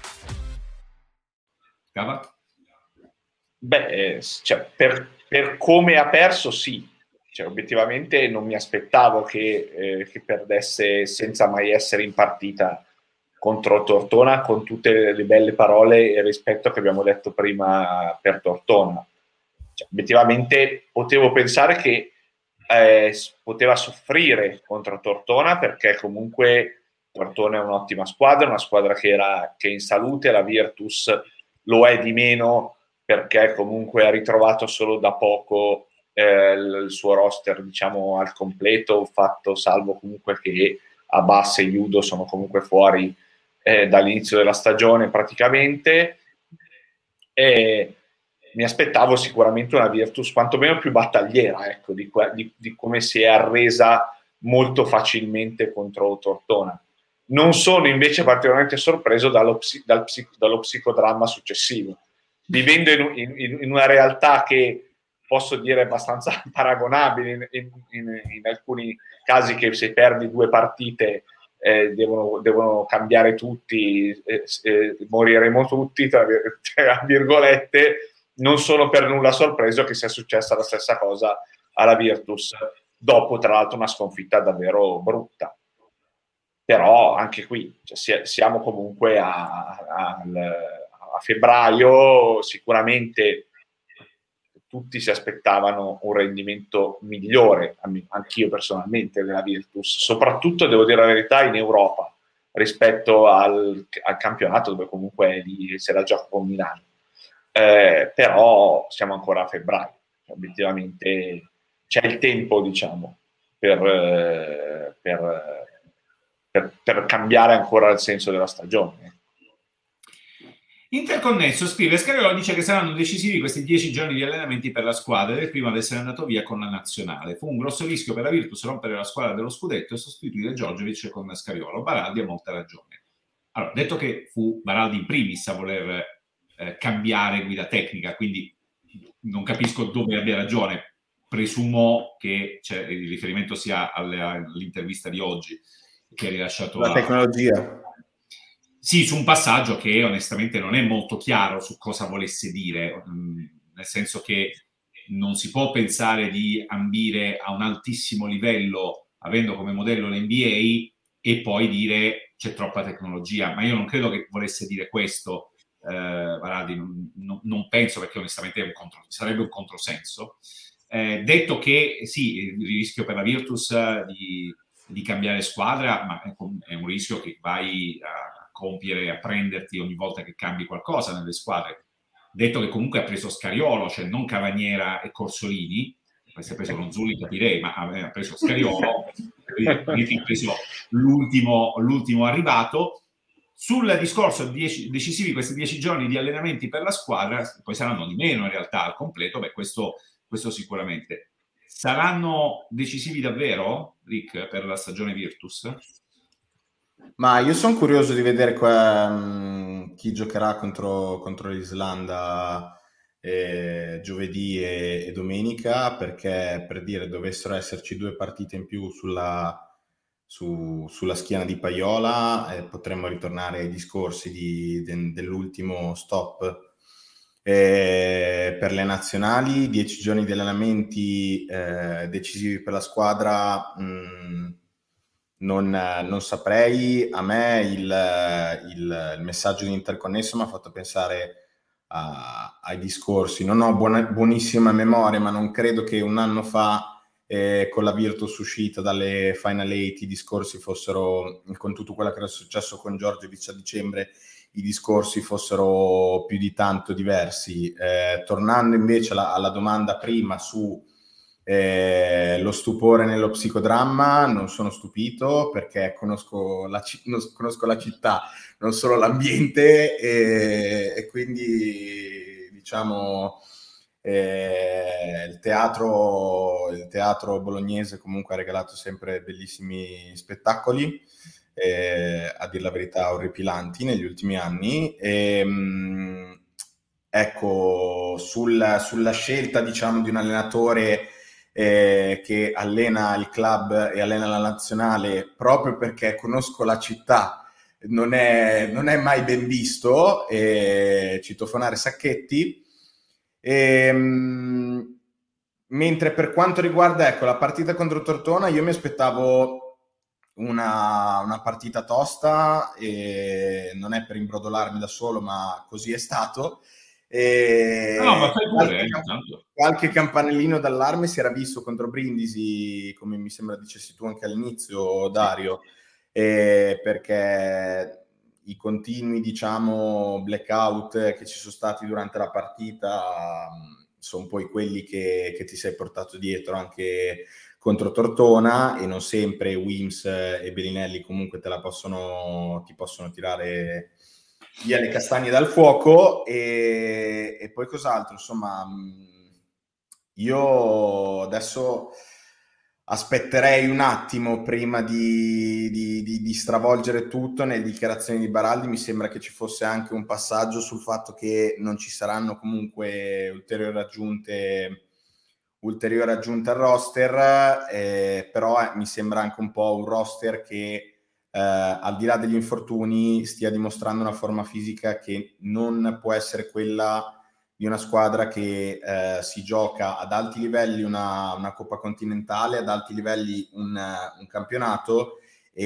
Beh, cioè, per, per come ha perso, sì. Cioè, obiettivamente non mi aspettavo che, eh, che perdesse senza mai essere in partita contro Tortona, con tutte le belle parole e rispetto che abbiamo detto prima per Tortona. Cioè, obiettivamente potevo pensare che eh, poteva soffrire contro Tortona, perché comunque Tortona è un'ottima squadra, una squadra che era che è in salute, la Virtus lo è di meno perché comunque ha ritrovato solo da poco eh, il suo roster, diciamo, al completo, fatto salvo comunque che Abbas e Judo sono comunque fuori eh, dall'inizio della stagione praticamente. E mi aspettavo sicuramente una Virtus quantomeno più battagliera, ecco, di, di, di come si è arresa molto facilmente contro Tortona. Non sono invece particolarmente sorpreso dallo, dal, dallo psicodramma successivo, vivendo in, in, in una realtà che posso dire abbastanza paragonabile in, in, in alcuni casi, che se perdi due partite eh, devono, devono cambiare tutti, eh, eh, moriremo tutti, tra, tra virgolette. Non sono per nulla sorpreso che sia successa la stessa cosa alla Virtus, dopo tra l'altro una sconfitta davvero brutta. Però anche qui cioè, siamo comunque a, a, a febbraio, sicuramente tutti si aspettavano un rendimento migliore, anch'io personalmente, della Virtus, soprattutto, devo dire la verità, in Europa, rispetto al, al campionato, dove comunque lì se la gioca con Milano. Eh, però siamo ancora a febbraio, obiettivamente c'è il tempo, diciamo, per, per, per, per cambiare ancora il senso della stagione. Interconnesso scrive: Scariolo dice che saranno decisivi questi dieci giorni di allenamenti per la squadra, del prima ad essere andato via con la nazionale. Fu un grosso rischio per la Virtus rompere la squadra dello scudetto e sostituire Djordjevic con Scariolo. Baraldi ha molta ragione. Allora, detto che fu Baraldi in primis a voler Eh, cambiare guida tecnica, quindi non capisco dove abbia ragione. Presumo che cioè, il riferimento sia alle, all'intervista di oggi che ha rilasciato la a... tecnologia. Sì, su un passaggio che onestamente non è molto chiaro su cosa volesse dire, mh, nel senso che non si può pensare di ambire a un altissimo livello avendo come modello l'N B A e poi dire c'è troppa tecnologia, ma io non credo che volesse dire questo. Uh, Baraldi, non, non, non penso, perché onestamente è un contro, sarebbe un controsenso. Eh, detto che sì, il rischio per la Virtus uh, di, di cambiare squadra, ma è, è un rischio che vai a compiere, a prenderti ogni volta che cambi qualcosa nelle squadre. Detto che comunque ha preso Scariolo, cioè non Cavaniera e Corsolini, se ha preso Ronzulli capirei, ma ha preso Scariolo, quindi ha preso l'ultimo, l'ultimo arrivato. Sul discorso dieci, decisivi questi dieci giorni di allenamenti per la squadra, poi saranno di meno in realtà al completo, beh questo, questo sicuramente. Saranno decisivi davvero, Rick, per la stagione Virtus? Ma io sono curioso di vedere qua, um, chi giocherà contro, contro l'Islanda eh, giovedì e, e domenica, perché per dire dovessero esserci due partite in più sulla... Su, sulla schiena di Paiola eh, potremmo ritornare ai discorsi di, de, dell'ultimo stop eh, per le nazionali. Dieci giorni di allenamenti eh, decisivi per la squadra, mh, non, non saprei. A me il, il, il messaggio di Interconnesso mi ha fatto pensare a, ai discorsi. Non ho buona, buonissima memoria, ma non credo che un anno fa Eh, con la Virtus uscita dalle Final Eight i discorsi fossero, con tutto quello che era successo con Djordjevic a dicembre, i discorsi fossero più di tanto diversi. Eh, tornando invece alla, alla domanda prima su eh, lo stupore nello psicodramma, non sono stupito, perché conosco la, conosco la città, non solo l'ambiente, e, e quindi diciamo Eh, il teatro il teatro bolognese comunque ha regalato sempre bellissimi spettacoli, eh, a dir la verità orripilanti negli ultimi anni, e, mh, ecco, sul, sulla scelta, diciamo, di un allenatore eh, che allena il club e allena la nazionale proprio perché conosco la città, non è, non è mai ben visto, eh, citofonare Sacchetti. E, mh, mentre per quanto riguarda, ecco, la partita contro Tortona, io mi aspettavo una, una partita tosta, e non è per imbrodolarmi da solo, ma così è stato. E no, ma fai pure, qualche, eh, camp- qualche campanellino d'allarme si era visto contro Brindisi, come mi sembra dicessi tu anche all'inizio, Dario, eh, perché i continui, diciamo, blackout che ci sono stati durante la partita sono poi quelli che, che ti sei portato dietro anche contro Tortona, e non sempre Wims e Bellinelli comunque te la possono, ti possono tirare via le castagne dal fuoco. E, e poi cos'altro, insomma, io adesso aspetterei un attimo prima di, di, di, di stravolgere tutto. Nelle dichiarazioni di Baraldi mi sembra che ci fosse anche un passaggio sul fatto che non ci saranno comunque ulteriori aggiunte ulteriore aggiunta al roster, eh, però eh, mi sembra anche un po' un roster che eh, al di là degli infortuni stia dimostrando una forma fisica che non può essere quella di una squadra che eh, si gioca ad alti livelli una, una Coppa Continentale, ad alti livelli un, un campionato,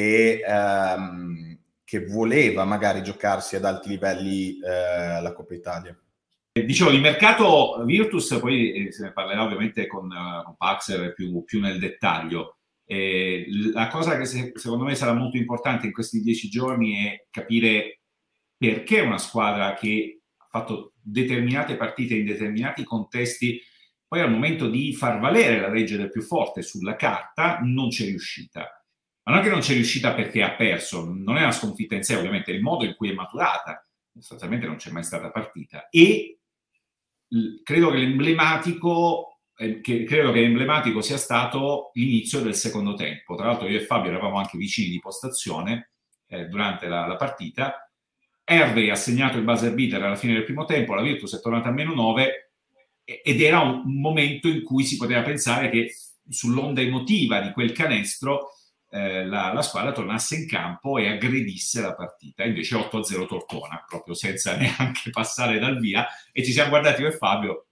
e ehm, che voleva magari giocarsi ad alti livelli eh, la Coppa Italia. Dicevo, il mercato Virtus, poi eh, se ne parlerà ovviamente con, uh, con Paxer più, più nel dettaglio. Eh, la cosa che se, secondo me sarà molto importante in questi dieci giorni è capire perché una squadra che ha fatto determinate partite in determinati contesti, poi al momento di far valere la legge del più forte sulla carta non c'è riuscita. Ma non è che non c'è riuscita perché ha perso, non è una sconfitta in sé, ovviamente è il modo in cui è maturata, sostanzialmente non c'è mai stata partita. E credo che l'emblematico eh, che credo che l'emblematico sia stato l'inizio del secondo tempo. Tra l'altro io e Fabio eravamo anche vicini di postazione eh, durante la, la partita. Hervey ha segnato il buzzer beater alla fine del primo tempo, la Virtus è tornata a meno nove ed era un, un momento in cui si poteva pensare che sull'onda emotiva di quel canestro eh, la, la squadra tornasse in campo e aggredisse la partita. Invece otto a zero Tortona, proprio senza neanche passare dal via, e ci siamo guardati io e Fabio,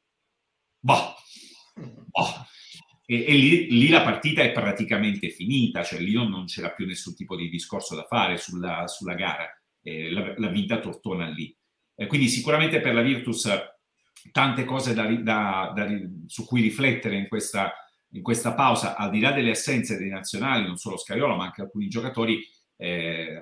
boh, boh. E, e lì, lì la partita è praticamente finita, cioè lì non, non c'era più nessun tipo di discorso da fare sulla, sulla gara. Eh, la, la vinta Tortona lì. Eh, quindi sicuramente per la Virtus tante cose da, da, da, su cui riflettere in questa, in questa pausa, al di là delle assenze dei nazionali, non solo Scariolo ma anche alcuni giocatori, eh,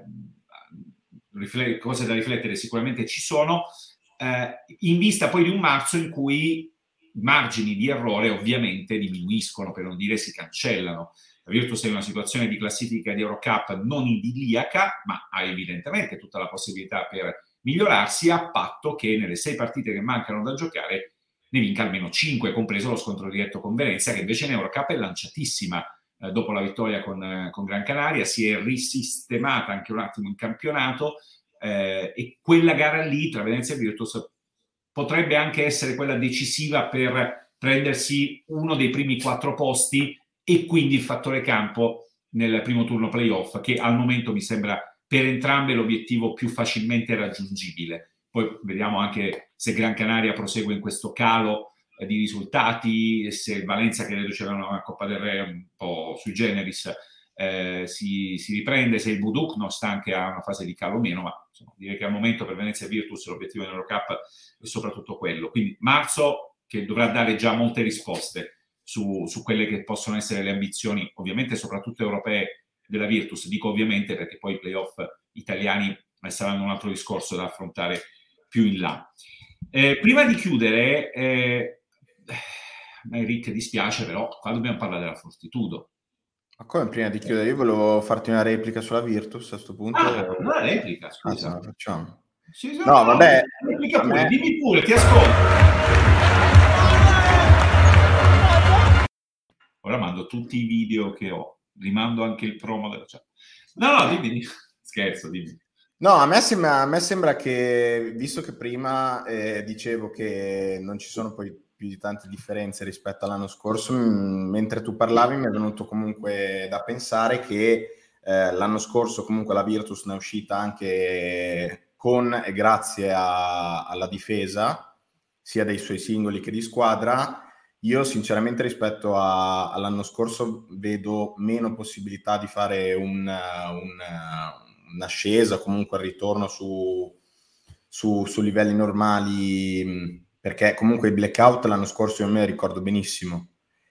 rifle- cose da riflettere sicuramente ci sono, eh, in vista poi di un marzo in cui i margini di errore ovviamente diminuiscono, per non dire si cancellano. La Virtus è in una situazione di classifica di Eurocup non idilliaca, ma ha evidentemente tutta la possibilità per migliorarsi, a patto che nelle sei partite che mancano da giocare ne vinca almeno cinque, compreso lo scontro diretto con Venezia, che invece in Eurocup è lanciatissima. Eh, dopo la vittoria con, eh, con Gran Canaria si è risistemata anche un attimo in campionato, eh, e quella gara lì tra Venezia e Virtus potrebbe anche essere quella decisiva per prendersi uno dei primi quattro posti e quindi il fattore campo nel primo turno playoff, che al momento mi sembra per entrambe l'obiettivo più facilmente raggiungibile. Poi vediamo anche se Gran Canaria prosegue in questo calo eh, di risultati, se il Valencia, che riducerà una Coppa del Re un po' sui generis, eh, si, si riprende, se il Buduknost anche ha una fase di calo o meno, ma insomma, direi che al momento per Venezia e Virtus l'obiettivo dell'Eurocup è soprattutto quello. Quindi marzo che dovrà dare già molte risposte Su, su quelle che possono essere le ambizioni, ovviamente soprattutto europee, della Virtus. Dico ovviamente perché poi i playoff italiani saranno un altro discorso da affrontare più in là. Eh, prima di chiudere, eh, a Rick dispiace, però qua dobbiamo parlare della Fortitudo. Ma come prima di chiudere? Io volevo farti una replica sulla Virtus a questo punto. Ah, una replica, scusa. Ah, la facciamo. Sì, sì, no, no, vabbè. Replica pure, me... dimmi pure, ti ascolto. Ora mando tutti i video che ho, rimando anche il promo della chat. No, no, dimmi, scherzo, dimmi. No, a me sembra, a me sembra che, visto che prima eh, dicevo che non ci sono poi più di tante differenze rispetto all'anno scorso, mh, mentre tu parlavi mi è venuto comunque da pensare che eh, l'anno scorso comunque la Virtus ne è uscita anche con e grazie a, alla difesa, sia dei suoi singoli che di squadra. Io sinceramente rispetto a, all'anno scorso vedo meno possibilità di fare un... un un'ascesa, comunque il ritorno su, su, su livelli normali, perché comunque i blackout l'anno scorso io me li ricordo benissimo,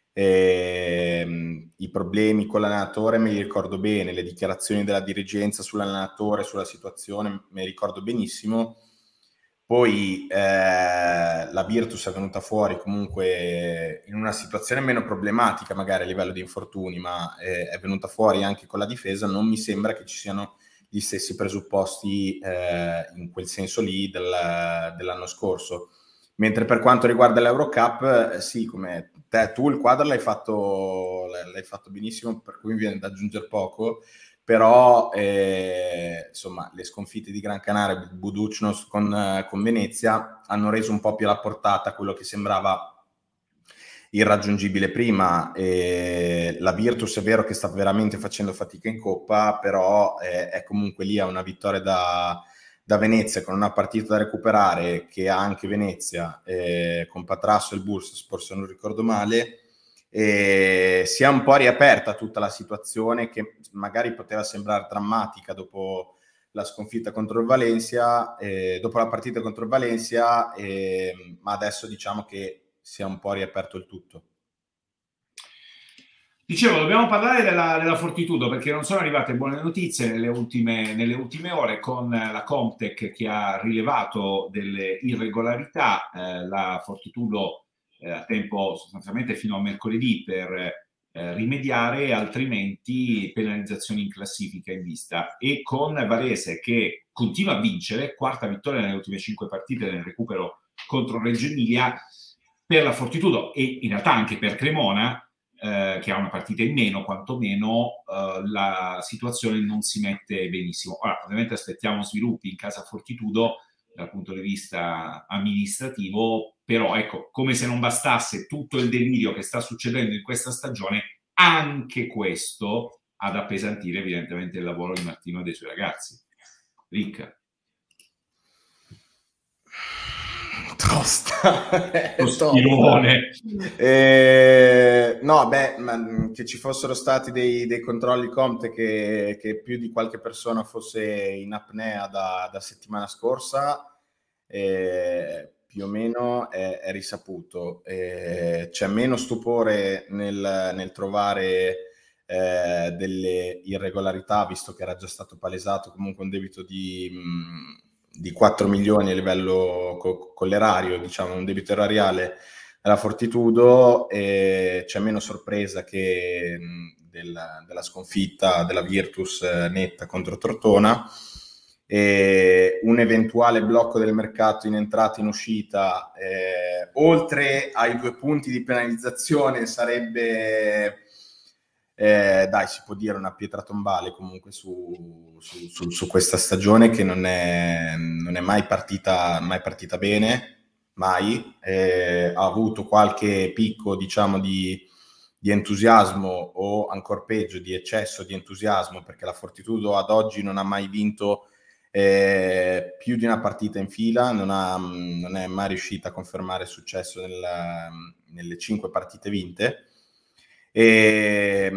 e, i problemi con l'allenatore me li ricordo bene, le dichiarazioni della dirigenza sull'allenatore, sulla situazione me li ricordo benissimo. Poi eh, la Virtus è venuta fuori comunque in una situazione meno problematica magari a livello di infortuni, ma eh, è venuta fuori anche con la difesa. Non mi sembra che ci siano gli stessi presupposti eh, in quel senso lì del, dell'anno scorso. Mentre per quanto riguarda l'Eurocup, eh, sì, come te, tu il quadro l'hai fatto, l'hai fatto benissimo, per cui mi viene da aggiungere poco, però eh, insomma le sconfitte di Gran Canaria, Budućnost con, con Venezia hanno reso un po' più alla portata quello che sembrava irraggiungibile prima. E la Virtus è vero che sta veramente facendo fatica in Coppa, però eh, è comunque lì a una vittoria da, da Venezia, con una partita da recuperare che ha anche Venezia, eh, con Patrasso e il Bursaspor se non ricordo male, e si è un po' riaperta tutta la situazione che magari poteva sembrare drammatica dopo la sconfitta contro il Valencia, eh, dopo la partita contro il Valencia, eh, ma adesso diciamo che si è un po' riaperto il tutto. Dicevo, dobbiamo parlare della, della Fortitudo, perché non sono arrivate buone notizie nelle ultime, nelle ultime ore, con la Comtech che ha rilevato delle irregolarità. Eh, la Fortitudo eh, ha tempo sostanzialmente fino a mercoledì per eh, rimediare, altrimenti penalizzazioni in classifica in vista. E con Varese che continua a vincere, quarta vittoria nelle ultime cinque partite nel recupero contro Reggio Emilia, per la Fortitudo e in realtà anche per Cremona, eh, che ha una partita in meno, quantomeno eh, la situazione non si mette benissimo. Ora, ovviamente aspettiamo sviluppi in casa Fortitudo dal punto di vista amministrativo, però ecco, come se non bastasse tutto il delirio che sta succedendo in questa stagione, anche questo ad appesantire evidentemente il lavoro di Martino e dei suoi ragazzi. Ricca. Tosta, Tostirone. eh, no, beh, ma, che ci fossero stati dei, dei controlli Comte, che, che più di qualche persona fosse in apnea da, da settimana scorsa, eh, più o meno è, è risaputo. Eh, c'è meno stupore nel, nel trovare eh, delle irregolarità, visto che era già stato palesato comunque un debito di... Mh, di quattro milioni a livello co- con l'erario, diciamo un debito erariale della Fortitudo, e c'è meno sorpresa che mh, della, della sconfitta della Virtus eh, netta contro Tortona, e un eventuale blocco del mercato in entrata e in uscita, eh, oltre ai due punti di penalizzazione, sarebbe... Eh, dai, si può dire una pietra tombale comunque su, su, su, su questa stagione, che non è, non è mai partita, mai partita bene, mai. Eh, ha avuto qualche picco, diciamo, di, di entusiasmo, o ancor peggio di eccesso di entusiasmo, perché la Fortitudo ad oggi non ha mai vinto eh, più di una partita in fila, non, ha, non è mai riuscita a confermare il successo nel, nelle cinque partite vinte. E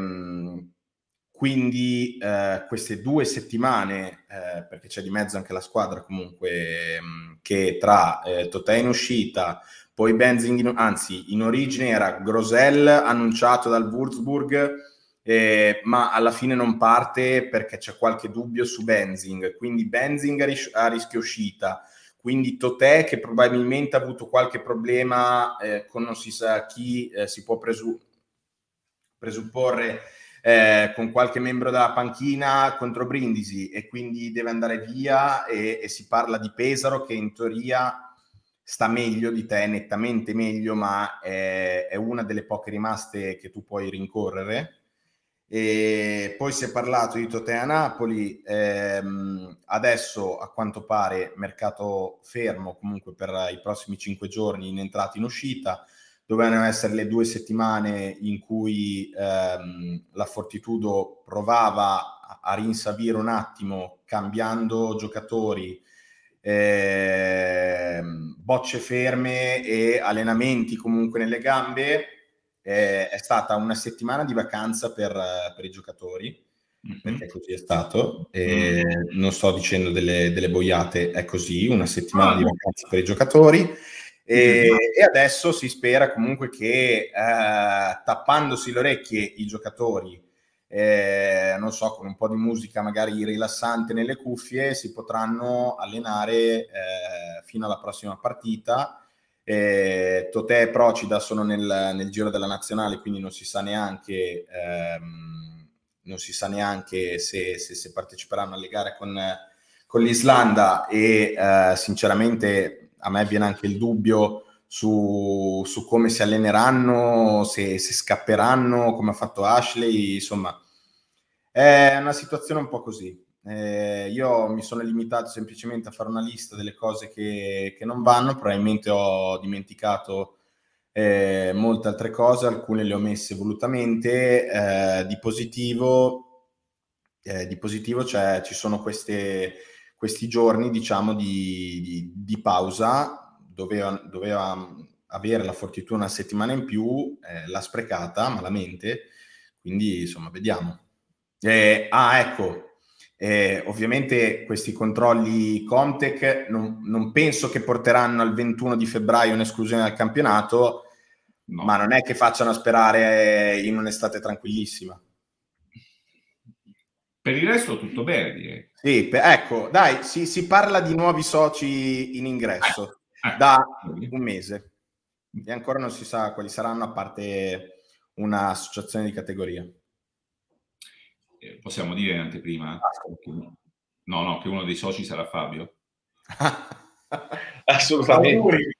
quindi eh, queste due settimane, eh, perché c'è di mezzo anche la squadra comunque, mh, che tra eh, Totè in uscita, poi Benzing, in, anzi in origine era Grosel annunciato dal Würzburg, eh, ma alla fine non parte perché c'è qualche dubbio su Benzing, quindi Benzing a, ris- a rischio uscita, quindi Totè che probabilmente ha avuto qualche problema eh, con non si sa chi, eh, si può presumere presupporre eh, con qualche membro della panchina contro Brindisi, e quindi deve andare via, e, e si parla di Pesaro che in teoria sta meglio di te, nettamente meglio, ma è, è una delle poche rimaste che tu puoi rincorrere, E poi si è parlato di Totea Napoli, ehm, adesso a quanto pare mercato fermo comunque per i prossimi cinque giorni in entrata e in uscita. Dovevano essere le due settimane in cui ehm, la Fortitudo provava a, a rinsavire un attimo cambiando giocatori, ehm, bocce ferme e allenamenti comunque nelle gambe. È stata una settimana di vacanza per, per i giocatori, mm-hmm. perché così è stato, e mm-hmm. non sto dicendo delle, delle boiate, è così, una settimana ah, di vacanza per i giocatori, e, mm-hmm. e adesso si spera comunque che eh, tappandosi le orecchie i giocatori, eh, non so, con un po' di musica magari rilassante nelle cuffie, si potranno allenare eh, fino alla prossima partita. Eh, Totè e Procida sono nel, nel giro della nazionale, quindi non si sa neanche ehm, non si sa neanche se, se, se parteciperanno alle gare con, con l'Islanda e eh, sinceramente a me viene anche il dubbio su, su come si alleneranno, se, se scapperanno come ha fatto Ashley. Insomma è una situazione un po' così. Eh, io mi sono limitato semplicemente a fare una lista delle cose che, che non vanno, probabilmente ho dimenticato eh, molte altre cose, alcune le ho messe volutamente. Eh, di positivo, eh, di positivo cioè, ci sono queste, questi giorni diciamo di, di, di pausa, doveva, doveva avere la Fortitudo una settimana in più, eh, l'ha sprecata malamente, quindi insomma vediamo. Eh, ah ecco, Eh, ovviamente questi controlli Comtech non, non penso che porteranno al ventuno di febbraio un'esclusione dal campionato, no. Ma non è che facciano sperare in un'estate tranquillissima. Per il resto tutto bene, direi. Sì, per, ecco, dai, si, si parla di nuovi soci in ingresso eh, eh, da eh. un mese e ancora non si sa quali saranno, a parte un'associazione di categoria. Eh, possiamo dire in anteprima? No, no, che uno dei soci sarà Fabio. Assolutamente.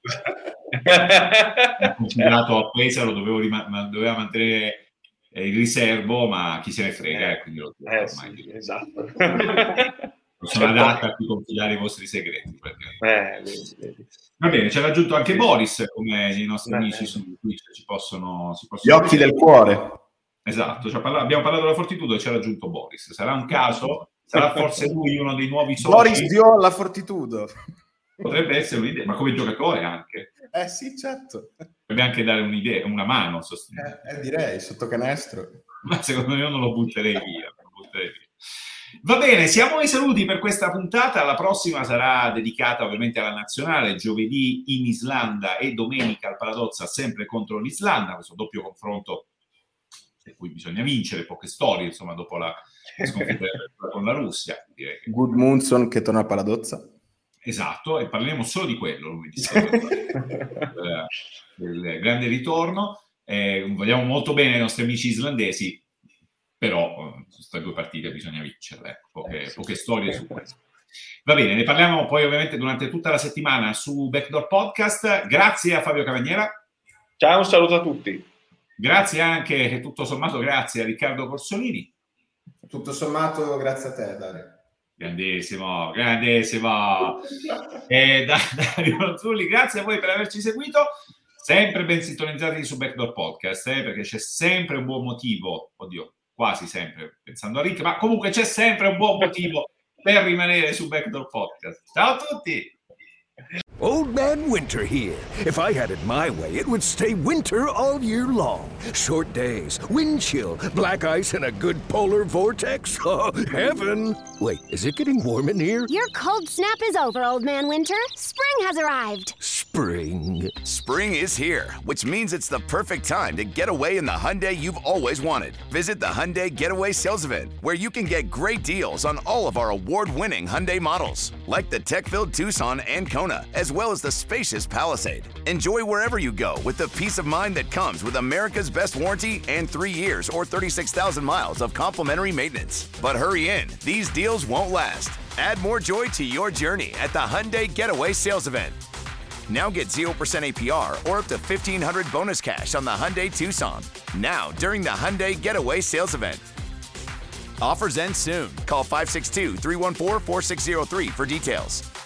Ho considerato a Pesaro, dovevo rima- doveva mantenere eh, il riservo, ma chi se ne frega, eh, quindi lo dico, eh, ormai. Sì, esatto. Non sono adatta a confidare i vostri segreti. Perché... Eh, vedi, vedi. Va bene, ci ha raggiunto anche Boris, come i nostri eh, amici su Twitch ci possono... Ci possono Gli occhi vedere. Del cuore. Esatto, cioè parla- abbiamo parlato della Fortitudo e ci ha raggiunto Boris. Sarà un caso? Sarà forse lui uno dei nuovi soci? Boris dio alla Fortitudo. Potrebbe essere un'idea, ma come giocatore anche. Eh sì, certo. Potrebbe anche dare un'idea, una mano. Sostenere. Eh, eh, direi, sotto canestro. Ma secondo me io non lo butterei via. Lo butterei via. Va bene, siamo ai saluti per questa puntata. La prossima sarà dedicata ovviamente alla nazionale, giovedì in Islanda e domenica al Paladozza sempre contro l'Islanda, questo doppio confronto per cui bisogna vincere, poche storie, insomma, dopo la sconfitta con la Russia. Direi che... Gudmundsson che torna a Paladozza. Esatto, e parleremo solo di quello, lui del, del grande ritorno. Eh, vogliamo molto bene i nostri amici islandesi, però su queste due partite bisogna vincerle, ecco, poche, eh, sì. poche storie su questo. Va bene, ne parliamo poi ovviamente durante tutta la settimana su Backdoor Podcast. Grazie a Fabio Cavagnera. Ciao, un saluto a tutti. Grazie anche, tutto sommato, grazie a Riccardo Corsolini. Tutto sommato, grazie a te, Dario. Grandissimo, grandissimo. E da, Dario Mazzulli, grazie a voi per averci seguito. Sempre ben sintonizzati su Backdoor Podcast, eh, perché c'è sempre un buon motivo, oddio, quasi sempre, pensando a Rick, ma comunque c'è sempre un buon motivo per rimanere su Backdoor Podcast. Ciao a tutti! Old Man Winter here. If I had it my way, it would stay winter all year long. Short days, wind chill, black ice, and a good polar vortex. Oh, heaven! Wait, is it getting warm in here? Your cold snap is over, Old Man Winter. Spring has arrived. Spring. Spring is here, which means it's the perfect time to get away in the Hyundai you've always wanted. Visit the Hyundai Getaway Sales Event, where you can get great deals on all of our award-winning Hyundai models, like the tech-filled Tucson and Kona, as well as the spacious Palisade. Enjoy wherever you go with the peace of mind that comes with America's best warranty and three years or thirty-six thousand miles of complimentary maintenance. But hurry in, these deals won't last. Add more joy to your journey at the Hyundai Getaway Sales Event. Now get zero percent A P R or up to fifteen hundred dollars bonus cash on the Hyundai Tucson. Now, during the Hyundai Getaway Sales Event. Offers end soon. Call five six two, three one four, four six zero three for details.